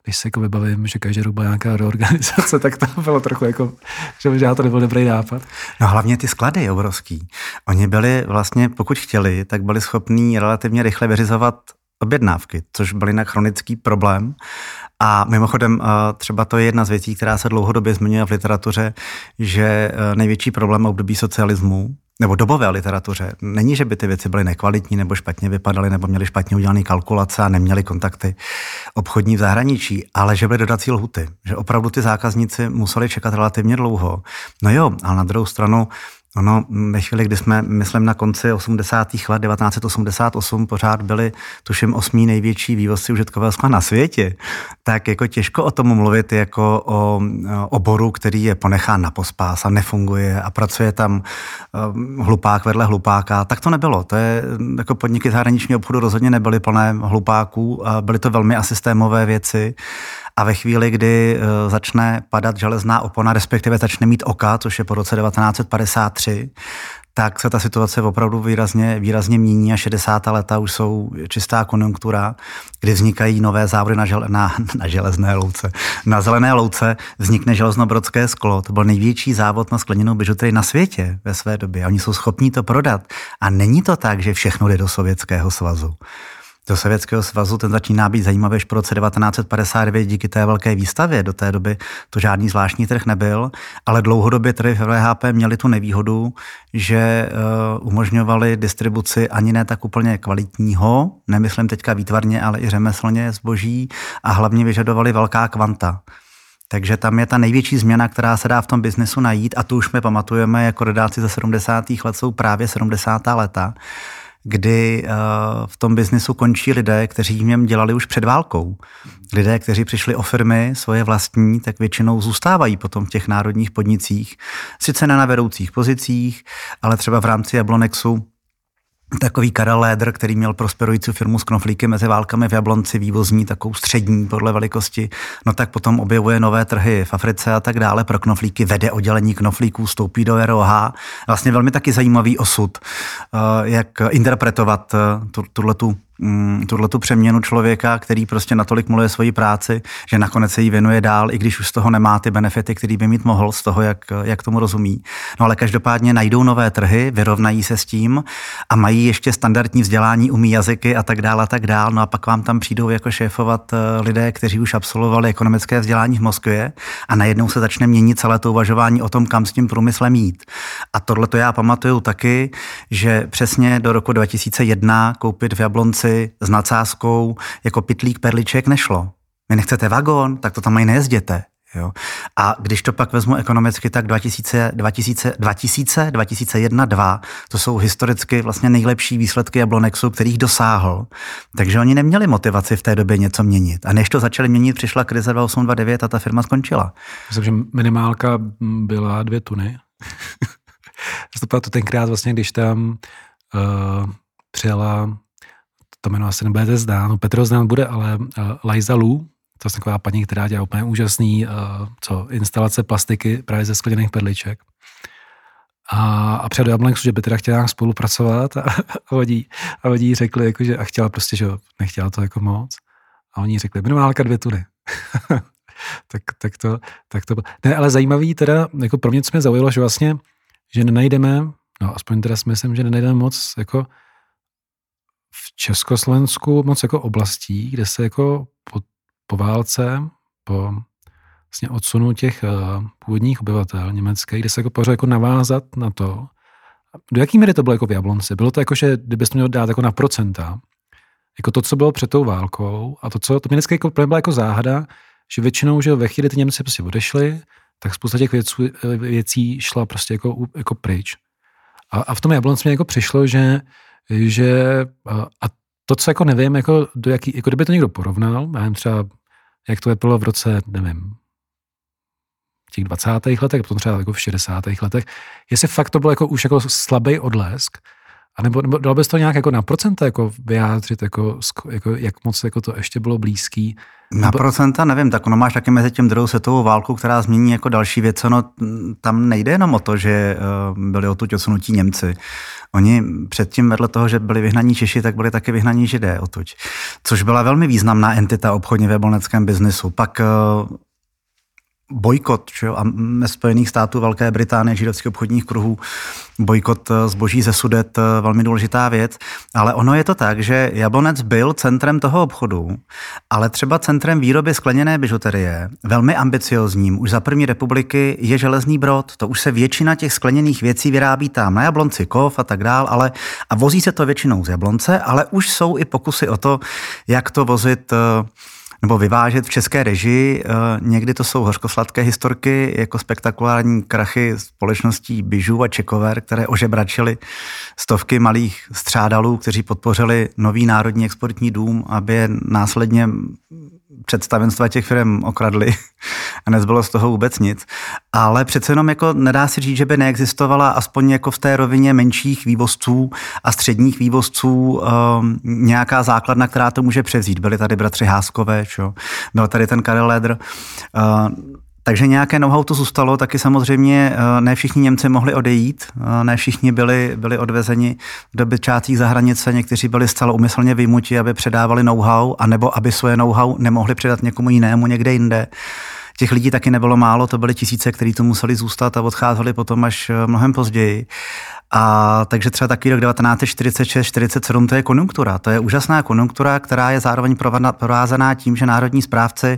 když se jako vybavím, že každý rok byla nějaká reorganizace, tak to bylo trochu jako, že možná to nebyl dobrý nápad. No hlavně ty sklady obrovský. Oni byli vlastně, pokud chtěli, tak byli schopní relativně rychle vyřizovat objednávky, což byl jinak chronický problém. A mimochodem třeba to je jedna z věcí, která se dlouhodobě zmiňuje v literatuře, že největší problém období socialismu nebo dobové literatuře není, že by ty věci byly nekvalitní nebo špatně vypadaly nebo měly špatně udělané kalkulace a neměli kontakty obchodní v zahraničí, ale že byly dodací lhuty, že opravdu ty zákazníci museli čekat relativně dlouho. No jo, ale na druhou stranu ono, ve chvíli, kdy jsme, myslím, na konci 80. let 1988 pořád byli, tuším, 8. největší vývozci užitkového skla na světě, tak jako těžko o tom mluvit jako o oboru, který je ponechán na pospás a nefunguje a pracuje tam hlupák vedle hlupáka. Tak to nebylo. To je, jako podniky zahraničního obchodu rozhodně nebyly plné hlupáků a byly to velmi asystémové věci. A ve chvíli, kdy začne padat železná opona, respektive začne mít oka, což je po roce 1953, tak se ta situace opravdu výrazně mění a 60. leta už jsou čistá konjunktura, kdy vznikají nové závody na železné louce. Na zelené louce vznikne železnobrodské sklo. To byl největší závod na skleněnou bižuterii na světě ve své době. A oni jsou schopní to prodat. A není to tak, že všechno jde do Sovětského svazu. Do Sovětského svazu ten začíná být zajímavý až po roce 1959 díky té velké výstavě. Do té doby to žádný zvláštní trh nebyl, ale dlouhodobě trhy v VHP měli tu nevýhodu, že umožňovali distribuci ani ne tak úplně kvalitního, nemyslím teďka výtvarně, ale i řemeslně zboží a hlavně vyžadovali velká kvanta. Takže tam je ta největší změna, která se dá v tom biznesu najít a tu už my pamatujeme jako rodáci ze 70. let, jsou právě 70. leta, kdy v tom biznisu končí lidé, kteří v něm dělali už před válkou. Lidé, kteří přišli o firmy svoje vlastní, tak většinou zůstávají potom v těch národních podnicích, sice ne na vedoucích pozicích, ale třeba v rámci Jablonexu takový Karel Lédr, který měl prosperující firmu s knoflíky mezi válkami v Jablonci, vývozní, takovou střední podle velikosti, no tak potom objevuje nové trhy v Africe a tak dále. Pro knoflíky vede oddělení knoflíků, vstoupí do ROH. Vlastně velmi taky zajímavý osud, jak interpretovat tuhletu přeměnu člověka, který prostě natolik miluje svoji práci, že nakonec se jí věnuje dál, i když už z toho nemá ty benefity, který by mít mohl, z toho, jak tomu rozumí. No ale každopádně najdou nové trhy, vyrovnají se s tím a mají ještě standardní vzdělání, umí jazyky a tak dál. No a pak vám tam přijdou jako šéfovat lidé, kteří už absolvovali ekonomické vzdělání v Moskvě a najednou se začne měnit celé to uvažování o tom, kam s tím průmyslem jít. A tohle to já pamatuju taky, že přesně do roku 2001 koupit v Jablonci s nadsázkou jako pytlík perliček nešlo. Vy nechcete vagón, tak to tam ani nejezděte. Jo. A když to pak vezmu ekonomicky, tak 2001, 2002, to jsou historicky vlastně nejlepší výsledky Jablonexu, kterých dosáhl. Takže oni neměli motivaci v té době něco měnit. A než to začali měnit, přišla krize 2829 a ta firma skončila. Myslím, že minimálka byla 2 tuny. To tenkrát vlastně, když tam přijela, to jméno asi nebudete znát, no Petro znát bude, ale Liza Lu, to je taková paní, která dělá úplně úžasný instalace plastiky právě ze skleněných perliček. A přijel do Jablonexu, že by teda chtěla spolupracovat a oni řekli, jako, že a chtěla prostě, že nechtěla to jako moc. A oni řekli, minimálka 2 tuny. tak to bylo. Ne, ale zajímavý teda, jako pro mě, co mě zaujalo, že vlastně, že nenajdeme, no aspoň teda si myslím, že nenajdeme moc jako v Československu moc jako oblastí, kde se jako po válce, po vlastně odsunu těch původních obyvatel německých, kde se jako pořád jako navázat na to. Do jaký míry to bylo jako v Jablonci? Bylo to jako, že kdybys to měl dát jako na procenta, jako to, co bylo před tou válkou a to mě vždycky jako byla jako záhada, že většinou, že ve chvíli ty Němci prostě odešli, tak spousta těch věcí šla prostě jako pryč. A v tom Jablonci mě jako přišlo, že a to, co jako nevím, jako do jaký, jako kdyby to někdo porovnal, já nevím třeba, jak to bylo v roce, nevím, v těch 20. letech, potom třeba jako v 60. letech, jestli fakt to bylo jako už jako slabý odlesk, anebo dalo bys to nějak jako na procenta jako vyjádřit, jako jak moc jako to ještě bylo blízký? Na procenta nevím, tak ono máš taky mezi tím druhou světovou válkou, která změní jako další věc, no tam nejde jenom o to, že byli odtud odsunutí Němci. Oni předtím vedle toho, že byli vyhnaní Češi, tak byli taky vyhnaní Židé odtud. Což byla velmi významná entita obchodně ve jablonském biznesu. Pak bojkot a Spojených států, Velké Británie, židovských obchodních kruhů, bojkot zboží ze Sudet, velmi důležitá věc. Ale ono je to tak, že Jablonec byl centrem toho obchodu, ale třeba centrem výroby skleněné bižuterie, velmi ambiciozním. Už za první republiky je Železný Brod. To už se většina těch skleněných věcí vyrábí tam na Jablonci, kov a tak dál, a vozí se to většinou z Jablonce, ale už jsou i pokusy o to, jak to vozit nebo vyvážet v české režii. Někdy to jsou hořkosladké historky, jako spektakulární krachy společností Bižu a Čekover, které ožebračily stovky malých střádalů, kteří podpořili nový národní exportní dům, aby je následně představenstva těch firm okradli a nezbylo z toho vůbec nic. Ale přece jenom jako nedá si říct, že by neexistovala aspoň jako v té rovině menších vývozců a středních vývozců nějaká základna, která to může převzít. Byli tady bratři Háskové, byl tady ten Karel Lédr. Takže nějaké know-how to zůstalo, taky samozřejmě ne všichni Němci mohli odejít, ne všichni byli odvezeni do bytčátých za hranice, někteří byli zcela úmyslně vyjmuti, aby předávali know-how, anebo aby svoje know-how nemohli předat někomu jinému někde jinde. Těch lidí taky nebylo málo, to byly tisíce, kteří to museli zůstat a odcházeli potom až mnohem později. A takže třeba taky rok 1946-47 to je konjunktura. To je úžasná konjunktura, která je zároveň provázaná tím, že národní správci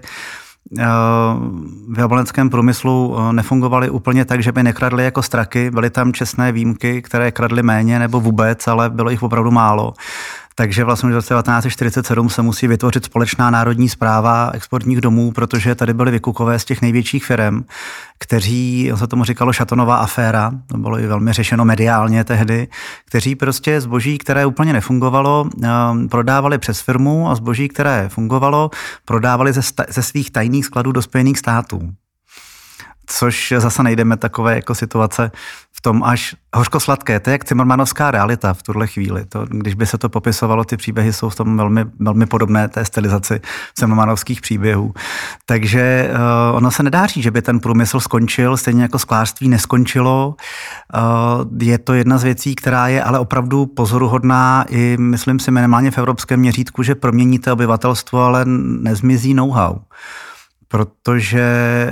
v jablonském průmyslu nefungovaly úplně tak, že by nekradli jako straky. Byly tam čestné výjimky, které kradly méně nebo vůbec, ale bylo jich opravdu málo. Takže vlastně v roce 1947 se musí vytvořit společná národní správa exportních domů, protože tady byly vykukové z těch největších firem, kteří, se tomu říkalo Šatonová aféra, to bylo i velmi řešeno mediálně tehdy, kteří prostě zboží, které úplně nefungovalo, prodávali přes firmu a zboží, které fungovalo, prodávali ze svých tajných skladů do Spojených států. Což zase nejdeme takové jako situace v tom až hořkosladké. To je jak cimrmanovská realita v tuhle chvíli. To, když by se to popisovalo, ty příběhy jsou v tom velmi, velmi podobné té stylizaci cimrmanovských příběhů. Takže ono se nedá říct, že by ten průmysl skončil, stejně jako sklářství neskončilo. Je to jedna z věcí, která je ale opravdu pozoruhodná i, myslím si, minimálně v evropském měřítku, že proměníte obyvatelstvo, ale nezmizí know-how. Protože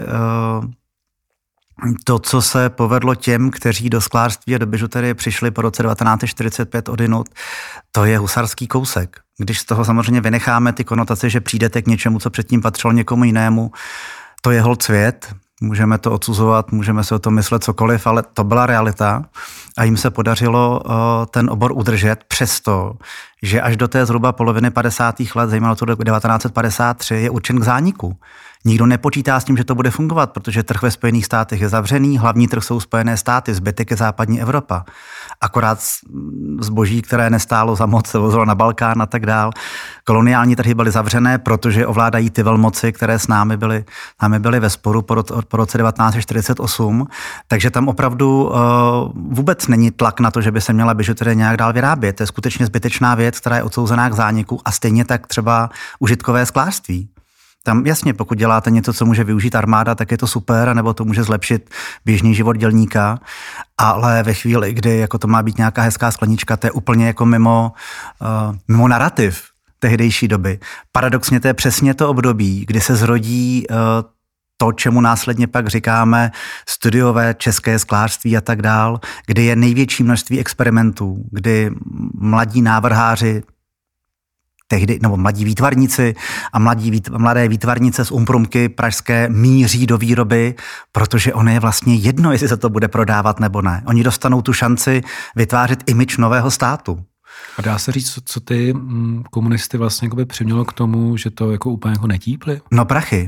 to, co se povedlo těm, kteří do sklářství a do bižuterie přišli po roce 1945 odinut, to je husarský kousek. Když z toho samozřejmě vynecháme ty konotace, že přijdete k něčemu, co předtím patřilo někomu jinému, to je holt svět, můžeme to odsuzovat, můžeme si o tom myslet cokoliv, ale to byla realita a jim se podařilo ten obor udržet přesto, že až do té zhruba poloviny 50. let, zejména to do 1953, je určen k zániku. Nikdo nepočítá s tím, že to bude fungovat, protože trh ve Spojených státech je zavřený, hlavní trh jsou Spojené státy, zbytek je západní Evropa. Akorát zboží, které nestálo za moc, se vozilo na Balkán a tak dál. Koloniální trhy byly zavřené, protože ovládají ty velmoci, které s námi byly ve sporu po roce 1948. Takže tam opravdu vůbec není tlak na to, že by se měla bižuterie nějak dál vyrábět. To je skutečně zbytečná věc, která je odsouzená k zániku a stejně tak třeba užitkové sklářství. Tam jasně, pokud děláte něco, co může využít armáda, tak je to super, nebo to může zlepšit běžný život dělníka, ale ve chvíli, kdy jako to má být nějaká hezká sklenička, to je úplně jako mimo narrativ tehdejší doby. Paradoxně to je přesně to období, kdy se zrodí to, čemu následně pak říkáme studiové české sklářství a tak dál, kdy je největší množství experimentů, kdy mladí návrháři tehdy, nebo mladí výtvarníci a mladé výtvarnice z Umprumky pražské míří do výroby, protože ono je vlastně jedno, jestli se to bude prodávat nebo ne. Oni dostanou tu šanci vytvářet image nového státu. A dá se říct, co ty komunisty vlastně přimělo k tomu, že to jako úplně jako netípli? No prachy.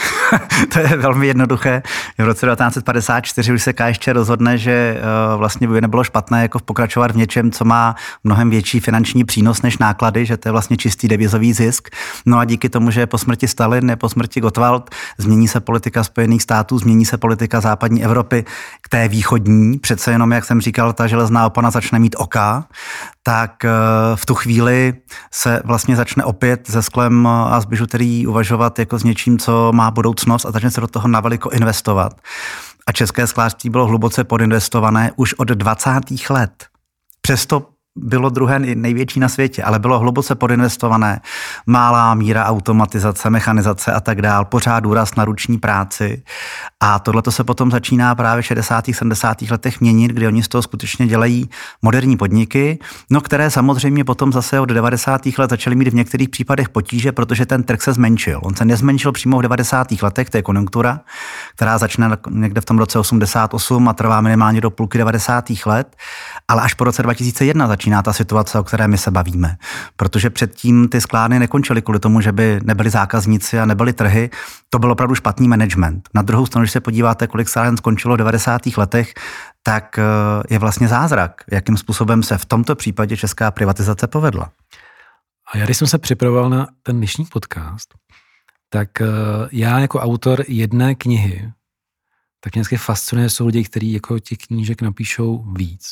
To je velmi jednoduché. V roce 1954 už se KSČ rozhodne, že vlastně by nebylo špatné jako pokračovat v něčem, co má mnohem větší finanční přínos než náklady, že to je vlastně čistý devizový zisk. No a díky tomu, že po smrti Stalin, po smrti Gottwald, změní se politika Spojených států, změní se politika západní Evropy k té východní. Přece jenom, jak jsem říkal, ta železná opona začne mít oka, tak v tu chvíli se vlastně začne opět se sklem a s bižuterií uvažovat jako s něčím, co má budoucnost a začne se do toho naveliko investovat. A české sklářství bylo hluboce podinvestované už od 20. let. Přesto bylo druhé největší na světě, ale bylo hluboce podinvestované, malá míra automatizace, mechanizace a tak dál, pořád důraz na ruční práci. A tohleto se potom začíná právě v 60. 70. letech měnit, kdy oni z toho skutečně dělají moderní podniky, no které samozřejmě potom zase od 90. let začaly mít v některých případech potíže, protože ten trh se zmenšil. On se nezmenšil přímo v 90. letech, to je konjunktura, která začne někde v tom roce 88 a trvá minimálně do půlky 90. let, ale až po roce 2001 začíná ta situace, o které my se bavíme. Protože předtím ty sklárny nekončily kvůli tomu, že by nebyli zákazníci a nebyly trhy. To byl opravdu špatný management. Na druhou stranu, když se podíváte, kolik skláren skončilo v 90. letech, tak je vlastně zázrak, jakým způsobem se v tomto případě česká privatizace povedla. A já, když jsem se připravoval na ten dnešní podcast, tak já jako autor jedné knihy, tak mě vždycky fascinuje, jsou lidi, kteří jako těch knížek napíšou víc.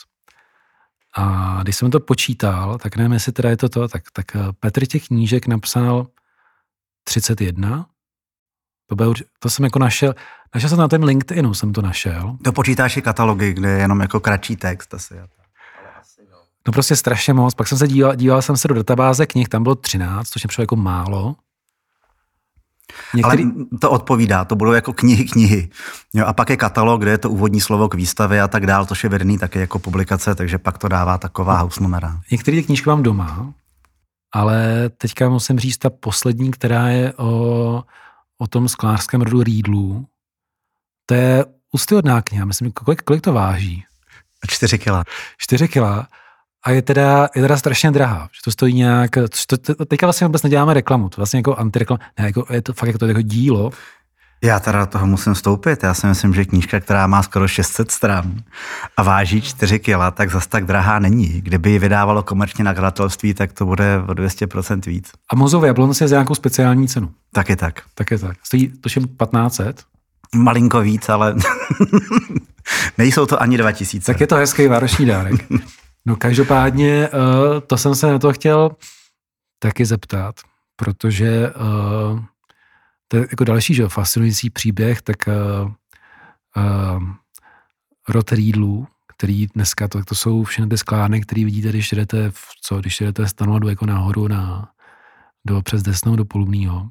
A když jsem to počítal, tak nevím, jestli teda je to, tak Petr těch knížek napsal 31. To jsem jako našel jsem na tom LinkedInu, jsem to našel. To počítáš i katalogy, kde je jenom jako kratší text asi. No prostě strašně moc. Pak jsem se díval jsem se do databáze knih, tam bylo 13, což mě přišlo jako málo. Ale to odpovídá, to budou jako knihy. Jo, a pak je katalog, kde je to úvodní slovo k výstavě a tak dál, to je vedený také jako publikace, takže pak to dává taková house numera. Některé ty knížky mám doma, ale teďka musím říct ta poslední, která je o tom sklářském rodu Riedlů. To je úctyhodná kniha, myslím, kolik to váží? 4 kila. 4 kila. A je teda strašně drahá, že to stojí nějak, teďka vlastně vůbec neděláme reklamu, to vlastně jako antireklama, ne, jako, je to fakt jako to jako dílo. Já teda do toho musím vstoupit, já si myslím, že knížka, která má skoro 600 stran a váží 4 kila, tak zas tak drahá není. Kdyby ji vydávalo komerčně nakladatelství, tak to bude o 200% víc. A Mozov Jablonec je za nějakou speciální cenu. Taky tak. Stojí tuším 1500. Malinko víc, ale nejsou to ani 2000. Tak je to hezký vánoční dárek. No každopádně to jsem se na to chtěl taky zeptat, protože to je jako další, že fascinující příběh, tak rod Riedlů, který dneska, to jsou všechny ty sklárny, které vidíte, když jdete z Tanmladu jako nahoru přes Desnou do Polubního,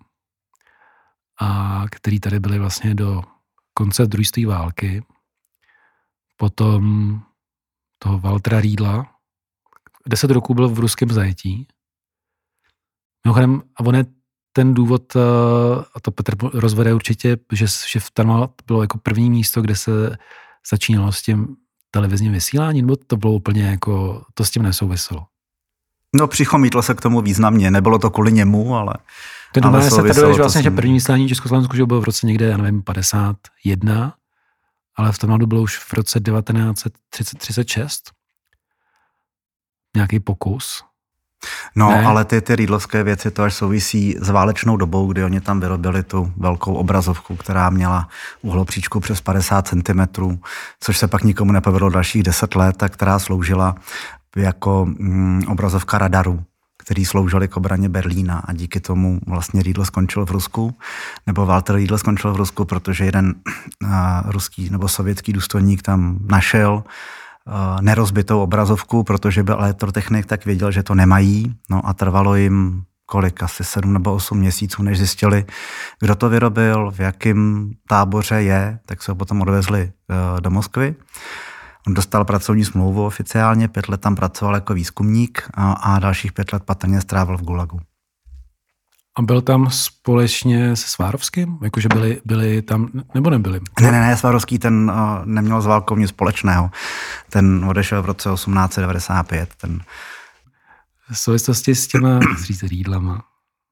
a který tady byly vlastně do konce druhé světové války. Potom toho Waltera Riedla. 10 roků byl v ruském zajetí. Mimochodem, a on je ten důvod, a to Petr rozvede určitě, že v Tanmladu bylo jako první místo, kde se začínalo s tím televizním vysíláním, nebo to bylo úplně jako, to s tím nesouviselo? No přichomítlo se k tomu významně, nebylo to kvůli němu, ale... To se tady vlastně, že první vysílání Československu, že bylo v roce někde, já nevím, 51, ale v Tanmladu bylo už v roce 1936 nějaký pokus. No, ne? Ale ty Riedlovské věci to až souvisí s válečnou dobou, kdy oni tam vyrobili tu velkou obrazovku, která měla uhlopříčku přes 50 cm, což se pak nikomu nepovedlo dalších 10 let, a která sloužila jako obrazovka radaru, který sloužili k obraně Berlína, a díky tomu vlastně Riedl skončil v Rusku, nebo Walter Riedl skončil v Rusku, protože jeden ruský nebo sovětský důstojník tam našel nerozbitou obrazovku, protože byl elektrotechnik, tak věděl, že to nemají. No a trvalo jim asi 7 nebo 8 měsíců, než zjistili, kdo to vyrobil, v jakém táboře je, tak se ho potom odvezli do Moskvy. On dostal pracovní smlouvu oficiálně, 5 let tam pracoval jako výzkumník a dalších 5 let patrně strávil v Gulagu. A byl tam společně se Svárovským? Jakože byli tam, nebo nebyli? Ne, Svárovský ten neměl s válkou nic společného. Ten odešel v roce 1895. V souvislosti s těma Riedlama,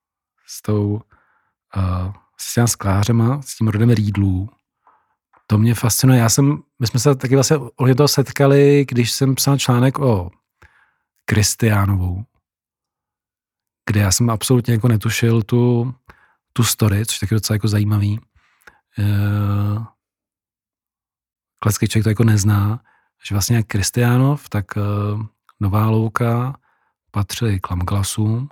s těma sklářema, s tím rodem Riedlů, to mě fascinuje. My jsme se taky vlastně ohledně toho setkali, když jsem psal článek o Kristiánovou, kde já jsem absolutně jako netušil tu story, což je taky docela jako zajímavý. Klasický člověk to jako nezná, že vlastně jak Kristiánov, tak Nová Louka patřili k Lamglasům.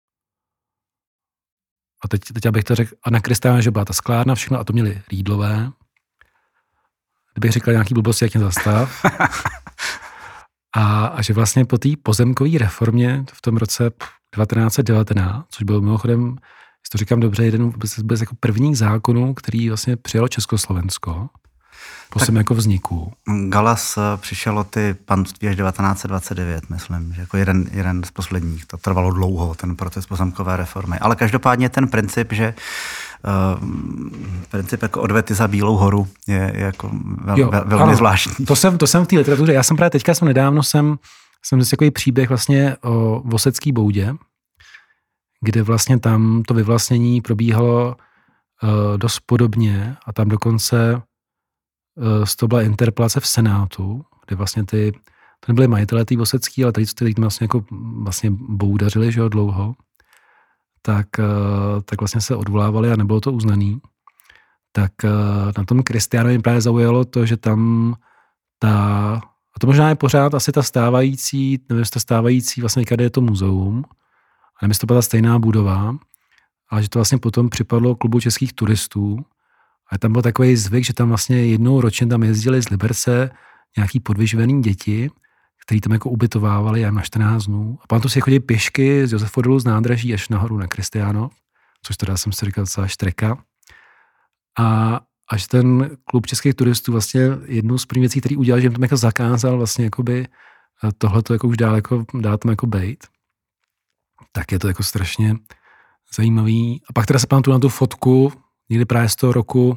A teď abych to řekl, a na Kristiánova, že byla ta sklárna, všechno, a to měli Riedlové. Kdybych řekl nějaký blbosti, jak mě zastav. A že vlastně po té pozemkové reformě v tom roce 1919, což byl mimochodem, jestli to říkám dobře, jeden bez jako prvních zákonů, který vlastně přijalo Československo po svém jako vzniku. Gallas přišel o ty panství až 1929, myslím, že jako jeden z posledních. To trvalo dlouho, ten proces pozemkové reformy. Ale každopádně ten princip, že princip jako odvety za Bílou horu je jako velmi zvláštní. To jsem v té literatuře. Já jsem právě teďka nedávno jsem zjistil takový příběh vlastně o Vosecký boudě, kde vlastně tam to vyvlastnění probíhalo dost podobně a tam dokonce to byla interpelace v Senátu, kde vlastně to nebyly majitelé tý Vosecký, ale tady vlastně jako vlastně boudařili, že jo, dlouho, tak vlastně se odvolávali a nebylo to uznaný. Tak na tom Kristiánovi právě zaujalo to, že tam a to možná je pořád asi ta stávající, nevím, ta stávající vlastně kde je to muzeum, a nevím, to byla ta stejná budova, ale že to vlastně potom připadlo klubu českých turistů. A tam byl takový zvyk, že tam vlastně jednou ročně tam jezdili z Liberce nějaký podvyživený děti, který tam jako ubytovávali jen na 14 dnů. A potom si chodili pěšky z Josefodolu z nádraží až nahoru na Kristiánov, což teda jsem si říkal celá štreka. A až ten klub českých turistů vlastně jednou z prvních věcí, který udělal, že jim tam jako zakázal vlastně jakoby tohleto jako už dál tam jako bejt, tak je to jako strašně zajímavý. A pak teda se pamatuju na tu fotku, někdy právě z toho roku,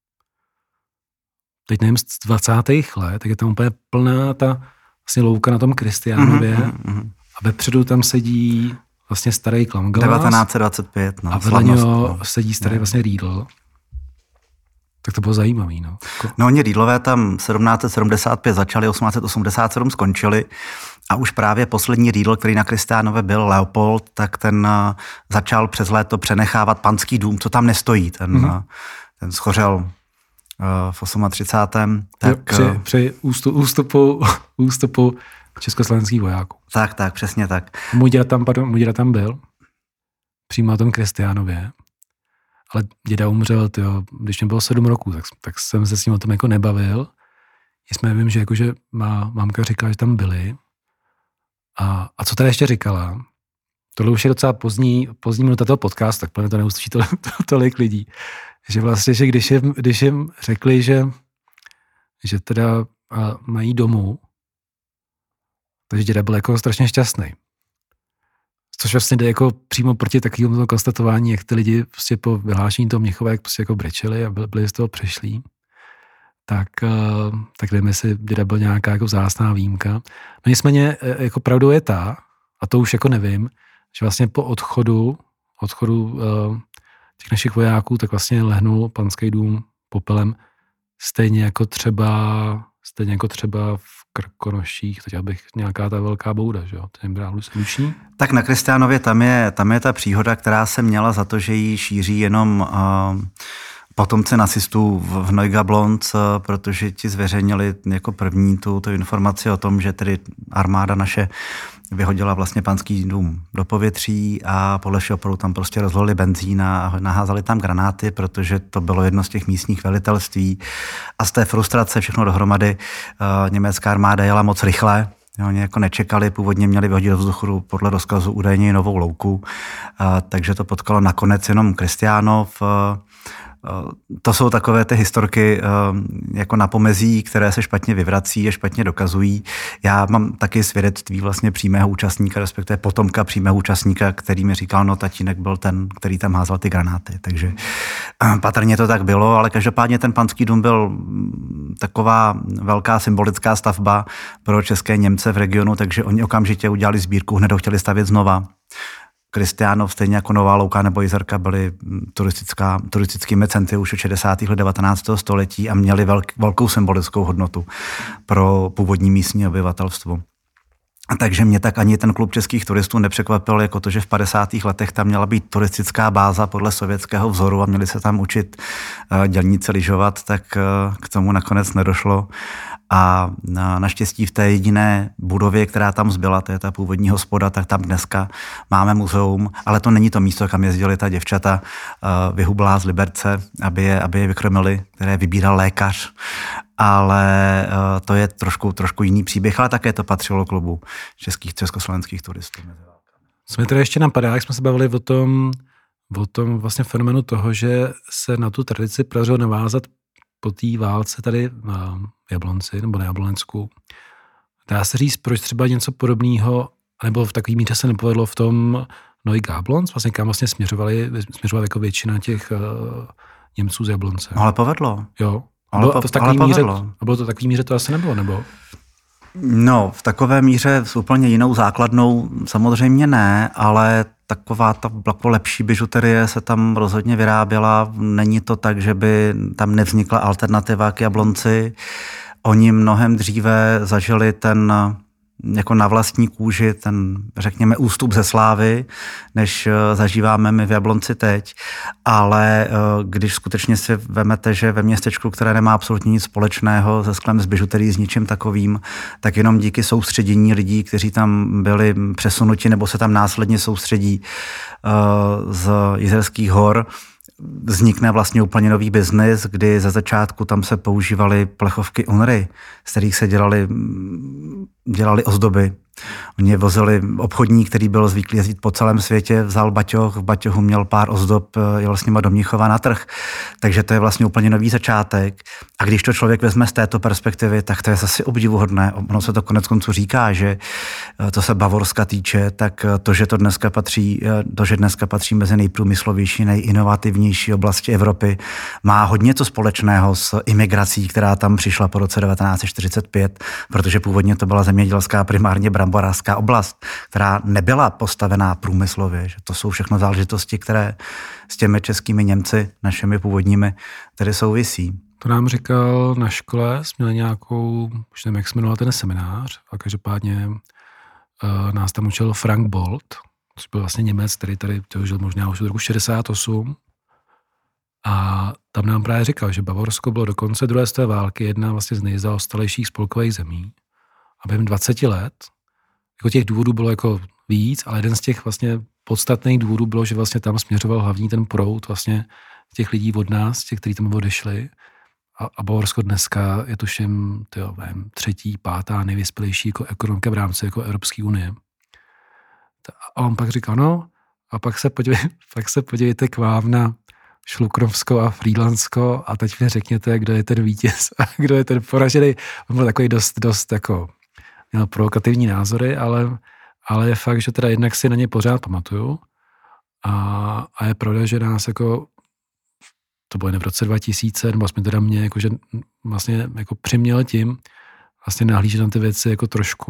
teď nevím, z 20. let, tak je tam úplně plná ta vlastně louka na tom Kristiánově a vepředu tam sedí vlastně starý Klamglas. 1925, no. A vedle něho sedí starý vlastně Riedl. Tak to bylo zajímavý, no. No oni Riedlové tam 1775 začali, 1887 skončili a už právě poslední Riedl, který na Kristiánově byl, Leopold, tak ten začal přes léto přenechávat panský dům, co tam nestojí. Ten schořel v 38. Tak, při ústupu československých vojáků. Tak, přesně tak. Můj děda tam byl, přímo na tom Kristiánově. Ale děda umřel, když mě bylo 7 roků, tak jsem se s ním o tom jako nebavil. Jsme vím, že jakože mámka říkala, že tam byli. A co tady ještě říkala? Tohle už je docela pozdní minuta toho podcastu, tak plně to neuslyší tolik lidí. Že vlastně, že když jim řekli, že teda mají domů, takže děda byl jako strašně šťastný. Což vlastně jde jako přímo proti takovému konstatování, jak ty lidi prostě po vyhlášení toho Mnichova jak prostě jako brečeli a byli z toho přešlí. Tak nevím, jestli děda byl nějaká jako vzácná výjimka. No nicméně jako pravdou je ta, a to už jako nevím, že vlastně po odchodu těch našich vojáků, tak vlastně lehnul panský dům popelem stejně jako třeba v Krkonoších, teď abych nějaká ta velká bouda, že jo, ten bráhlu slušný. Tak na Kristiánově tam je ta příhoda, která se měla za to, že ji šíří jenom potomci nacistů v Neugablonz, protože ti zveřejnili jako první tu informaci o tom, že tedy armáda naše vyhodila vlastně panský dům do povětří a podle Šoporu tam prostě rozlili benzín a naházali tam granáty, protože to bylo jedno z těch místních velitelství. A z té frustrace všechno dohromady německá armáda jela moc rychle. Oni jako nečekali, původně měli vyhodit do vzduchu podle rozkazu údajně novou louku, takže to potkalo nakonec jenom Kristiánov. To jsou takové ty historky jako na pomezí, které se špatně vyvrací a špatně dokazují. Já mám taky svědectví vlastně přímého účastníka, respektive potomka přímého účastníka, který mi říkal, no tatínek byl ten, který tam házal ty granáty. Takže patrně to tak bylo, ale každopádně ten panský dům byl taková velká symbolická stavba pro české Němce v regionu, takže oni okamžitě udělali sbírku, hned ho chtěli stavět znova. Kristiánov, stejně jako Nová Louka nebo Jizerka, byly turistickými centry už od 60. let 19. století a měly velkou symbolickou hodnotu pro původní místní obyvatelstvo. Takže mě tak ani ten klub českých turistů nepřekvapil, jako to, že v 50. letech tam měla být turistická báza podle sovětského vzoru a měli se tam učit dělníci lyžovat, tak k tomu nakonec nedošlo. A naštěstí v té jediné budově, která tam zbyla, to je ta původní hospoda, tak tam dneska máme muzeum, ale to není to místo, kam jezdili ta děvčata vyhublá z Liberce, aby je vykrmili, které vybíral lékař. ale to je trošku jiný příběh, ale také to patřilo klubu československých turistů. Co mi teda ještě napadá, jak jsme se bavili o tom vlastně fenomenu toho, že se na tu tradici podařilo navázat po té válce tady v Jablonci nebo na Jablonecku. Dá se říct, proč třeba něco podobného, nebo v takový míře se nepovedlo v tom Neugablonz, vlastně kam vlastně směřovala jako většina těch Němců z Jablonce. Ale povedlo. Jo. Ale povedlo. A bylo to v takový míře, to asi nebylo, nebo? No, v takové míře s úplně jinou základnou samozřejmě ne, ale taková ta lepší bižuterie se tam rozhodně vyráběla. Není to tak, že by tam nevznikla alternativa k Jablonci. Oni mnohem dříve zažili ten jako na vlastní kůži ten, řekněme, ústup ze slávy, než zažíváme my v Jablonci teď. Ale když skutečně si vemete, že ve městečku, které nemá absolutně nic společného se sklem, s bižuterií, s ničím takovým, tak jenom díky soustředění lidí, kteří tam byli přesunuti nebo se tam následně soustředí z Jizerských hor, vznikne vlastně úplně nový biznis, kdy ze začátku tam se používaly plechovky UNRY, z kterých se dělali ozdoby. Oni vozili obchodník, který byl zvyklý jezdit po celém světě, vzal baťoh, v baťohu měl pár ozdob, jel s nima do Mnichova na trh. Takže to je vlastně úplně nový začátek. A když to člověk vezme z této perspektivy, tak to je zase obdivuhodné. Ono se to koneckonců říká, že to se Bavorska týče, tak to, že dneska patří mezi nejprůmyslovější, nejinovativnější oblasti Evropy, má hodně co společného s imigrací, která tam přišla po roce 1945, protože původně to byla zemědělská, primárně bramborářská oblast, která nebyla postavená průmyslově. Že to jsou všechno záležitosti, které s těmi českými Němci, našimi původními, tedy souvisí. To nám říkal na škole, jsme měli nějakou, už nevím, jak se jmenoval ten seminář, a každopádně nás tam učil Frank Bolt, což byl vlastně Němec, který tady žil možná už od roku 68. A tam nám právě říkal, že Bavorsko bylo do konce druhé světové války jedna vlastně z nejzaostalejších spolkových zemí. A během 20 let, jako těch důvodů bylo jako víc, ale jeden z těch vlastně podstatných důvodů bylo, že vlastně tam směřoval hlavní ten proud vlastně těch lidí od nás, těch, kteří tam odešli. A Bavorsko dneska je tuším třetí, pátá nejvyspělejší jako ekonomika v rámci jako Evropské unie. A on pak říkal, no, a pak se podívejte k vám na Šluknovsko a Frýdlantsko a teď mi řekněte, kdo je ten vítěz a kdo je ten poražený. On byl takový dost jako, měl provokativní názory, ale je fakt, že teda jednak si na ně pořád pamatuju a je pravda, že nás jako, to bylo jen v roce 2000, nebo aspoň teda mě, jako, že vlastně jako přiměl tím vlastně nahlížet na ty věci jako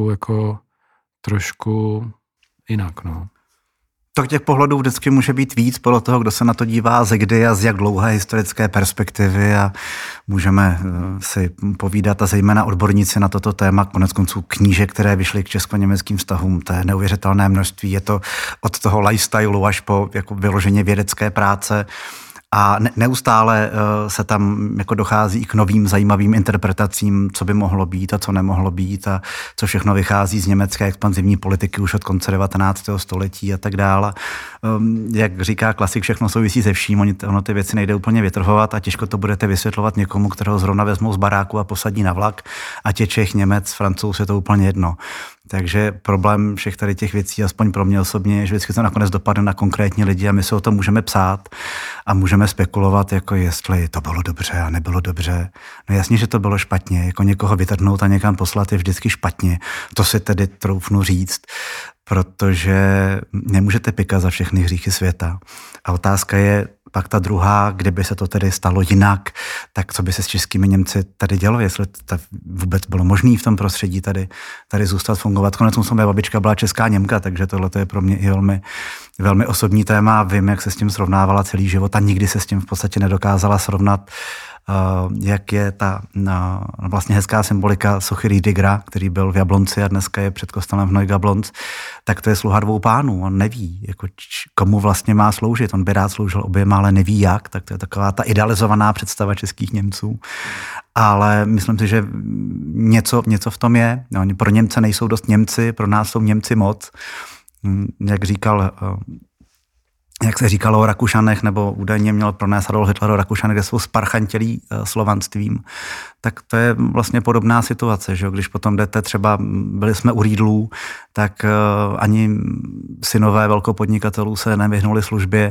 trošku jinak, no. To těch pohledů vždycky může být víc podle toho, kdo se na to dívá, ze kdy a z jak dlouhé historické perspektivy a můžeme si povídat a zejména odborníci na toto téma, koneckonců knížek, které vyšly k česko-německým vztahům, to je neuvěřitelné množství, je to od toho lifestylu až po jako vyloženě vědecké práce. A neustále se tam jako dochází i k novým zajímavým interpretacím, co by mohlo být a co nemohlo být a co všechno vychází z německé expanzivní politiky už od konce 19. století a tak dále. Jak říká klasik, všechno souvisí se vším, ono ty věci nejde úplně vytrhovat a těžko to budete vysvětlovat někomu, kterého zrovna vezmou z baráku a posadí na vlak, ať je Čech, Němec, Francouz, je to úplně jedno. Takže problém všech tady těch věcí, aspoň pro mě osobně, je, že vždycky to nakonec dopadne na konkrétní lidi a my se o tom můžeme psát a můžeme spekulovat, jako jestli to bylo dobře a nebylo dobře. No jasně, že to bylo špatně, jako někoho vytrhnout a někam poslat je vždycky špatně. To si tedy troufnu říct, protože nemůžete pykat za všechny hříchy světa. A otázka je pak ta druhá, kdyby se to tedy stalo jinak, tak co by se s českými Němci tady dělo, jestli to vůbec bylo možné v tom prostředí tady zůstat fungovat. Konec moje babička byla česká Němka, takže tohle je pro mě i velmi, velmi osobní téma. Vím, jak se s tím srovnávala celý život a nikdy se s tím v podstatě nedokázala srovnat, jak je ta vlastně hezká symbolika sochy Rüdigera, který byl v Jablonci a dneska je před kostelem v Neugablonz, tak to je sluha dvou pánů. On neví, jako komu vlastně má sloužit. On by rád sloužil oběma, ale neví jak. Tak to je taková ta idealizovaná představa českých Němců. Ale myslím si, že něco v tom je. Oni pro Němce nejsou dost Němci, pro nás jsou Němci moc. Jak říkal jak se říkalo o Rakušanech, nebo údajně měl pronést Adolf Hitler o Rakušanech, kde jsou sparchantělí slovanstvím, tak to je vlastně podobná situace, že? Když potom jdete třeba, byli jsme u Riedlů, tak ani synové velkopodnikatelů se nevyhnuli službě.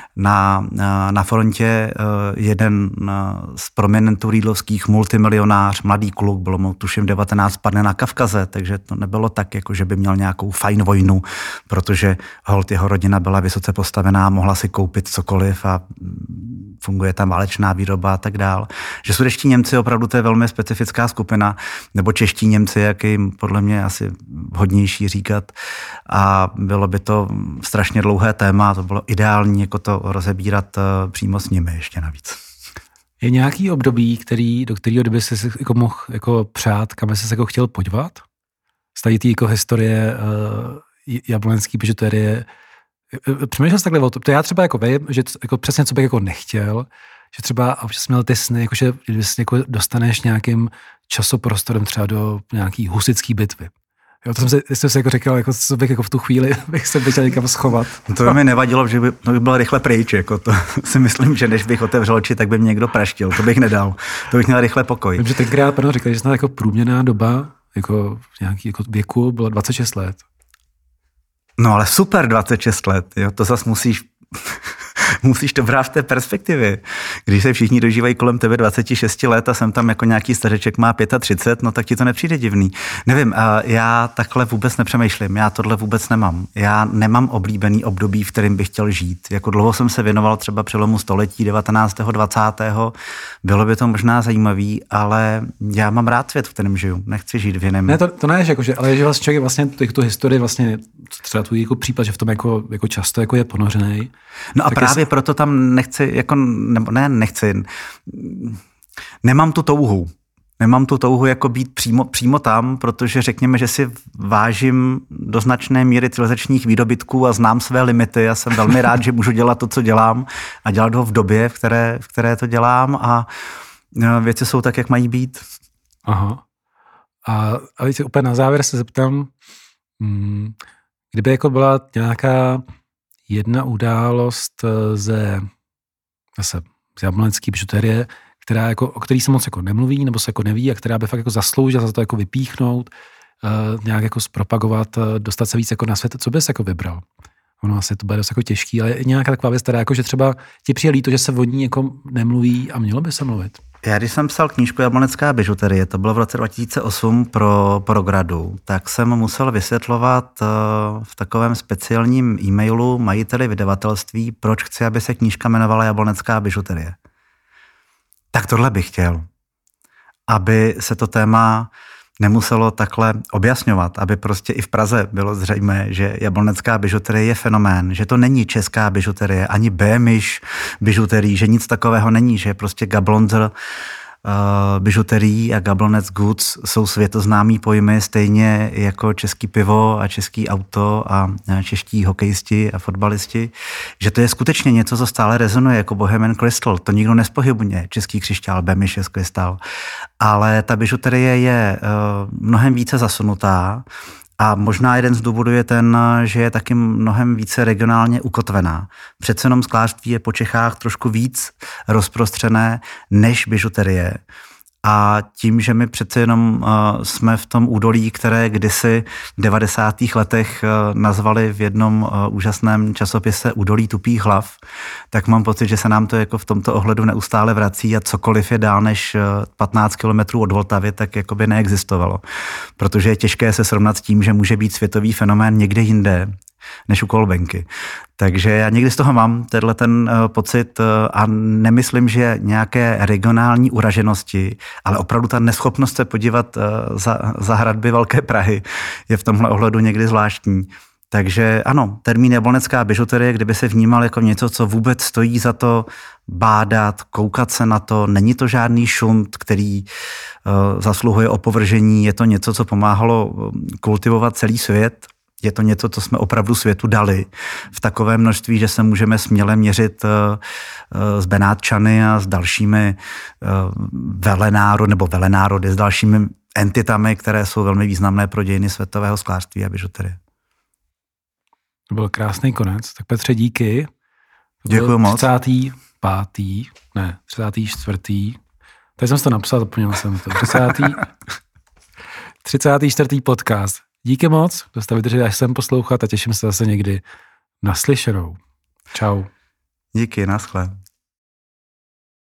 Na frontě jeden z prominentů riedlovských, multimilionář, mladý kluk, bylo mu tuším 19, padne na Kavkaze, takže to nebylo tak, jako že by měl nějakou fajn vojnu, protože holt jeho rodina byla vysoce postavená, mohla si koupit cokoliv a funguje tam válečná výroba a tak dál. Že sudetští Němci opravdu to je velmi specifická skupina, nebo čeští Němci, jak jim podle mě asi vhodnější říkat. A bylo by to strašně dlouhé téma, to bylo ideální jako to rozebírat přímo s nimi ještě navíc. Je nějaký období, do kterého doby jsi jako mohl jako přát, kam jsi se jako chtěl podívat? Z té jako historie jablonské bižuterie. Přemýšlel jsi takhle o to? To já třeba jako vím, že jako přesně co bych jako nechtěl, že třeba občas měl ty sny, jako že když jako dostaneš nějakým časoprostorem třeba do nějaký husitský bitvy. Jo, to jsem si jako říkal, jako, co bych jako v tu chvíli bych se chtěl někam schovat. To by mi nevadilo, že by bylo rychle pryč. Jako to si myslím, že než bych otevřel oči, tak by mě někdo praštil. To bych nedal. To bych měl rychle pokoj. Vím, že tenkrát říkali, že snad jako průměrná doba jako v nějaký jako věku byla 26 let. No ale super 26 let. Jo, to zas musíš to brát v té perspektivě. Když se všichni dožívají kolem tebe 26 let a jsem tam jako nějaký stařeček má 35, no tak ti to nepřijde divný. Nevím, já takhle vůbec nepřemýšlím, já tohle vůbec nemám. Já nemám oblíbený období, v kterém bych chtěl žít. Jako dlouho jsem se věnoval třeba přelomu století 19. 20. Bylo by to možná zajímavý, ale já mám rád svět, v kterém žiju. Nechci žít v jiném. Ne, to ne, ale že vlastně člověk vlastně tu historii vlastně třeba tvůj jako případ, že v tom jako často jako je ponořený. No a právě proto tam nechci, jako, nebo ne, nechci, nemám tu touhu. Nemám tu touhu jako být přímo tam, protože řekněme, že si vážím do značné míry civilizačních výdobytků a znám své limity. Já jsem velmi rád, že můžu dělat to, co dělám a dělat ho v době, v které to dělám a věci jsou tak, jak mají být. Aha. A úplně na závěr se zeptám, kdyby jako byla nějaká jedna událost z jablonské bižuterie, která jako, o který se moc jako nemluví, nebo se jako neví a která by fakt jako zasloužila za to jako vypíchnout, nějak jako zpropagovat, dostat se víc jako na svět, co bys jako vybral? Ono asi to bude dost jako těžký, ale je nějaká taková věc, která jako, že třeba ti přijde líto, že se o ní jako nemluví a mělo by se mluvit. Já když jsem psal knížku Jablonecká bižuterie, to bylo v roce 2008 pro Gradu, tak jsem musel vysvětlovat v takovém speciálním e-mailu majiteli vydavatelství, proč chci, aby se knížka jmenovala Jablonecká bižuterie. Tak tohle bych chtěl, aby se to téma nemuselo takhle objasňovat, aby prostě i v Praze bylo zřejmé, že jablonecká bižuterie je fenomén, že to není česká bižuterie, ani Bémiš bižuterie, že nic takového není, že prostě Gablonzer bižuterií a Gablonec Goods jsou světoznámý pojmy, stejně jako český pivo a český auto a čeští hokejisti a fotbalisti, že to je skutečně něco, co stále rezonuje jako Bohemian Crystal. To nikdo nespochybňuje, český křišťál, Bemiš Crystal. Ale ta bižuterie je mnohem více zasunutá a možná jeden z důvodů je ten, že je taky mnohem více regionálně ukotvená. Přece jenom sklářství je po Čechách trošku víc rozprostřené než bižuterie. A tím, že my přece jenom jsme v tom údolí, které kdysi v 90. letech nazvali v jednom úžasném časopise Údolí tupých hlav, tak mám pocit, že se nám to jako v tomto ohledu neustále vrací a cokoliv je dál než 15 kilometrů od Vltavy, tak jako by neexistovalo. Protože je těžké se srovnat s tím, že může být světový fenomén někde jinde než u Kolbenky. Takže já někdy z toho mám ten pocit a nemyslím, že nějaké regionální uraženosti, ale opravdu ta neschopnost se podívat za hradby Velké Prahy je v tomhle ohledu někdy zvláštní. Takže ano, termín jablonecká bižuterie, kdyby se vnímal jako něco, co vůbec stojí za to bádat, koukat se na to, není to žádný šunt, který zasluhuje opovržení, je to něco, co pomáhalo kultivovat celý svět. Je to něco, co jsme opravdu světu dali v takové množství, že se můžeme směle měřit s Benátčany a s dalšími velenárody, s dalšími entitami, které jsou velmi významné pro dějiny světového sklářství a bižuterie. To byl krásný konec. Tak Petře, díky. Děkuju moc. 34. Tady jsem si to napsal, zapomněl jsem to. 34. podcast. Díky moc, kdo jste vydrželi až sem poslouchat a těším se zase někdy naslyšenou. Čau. Díky, naschle.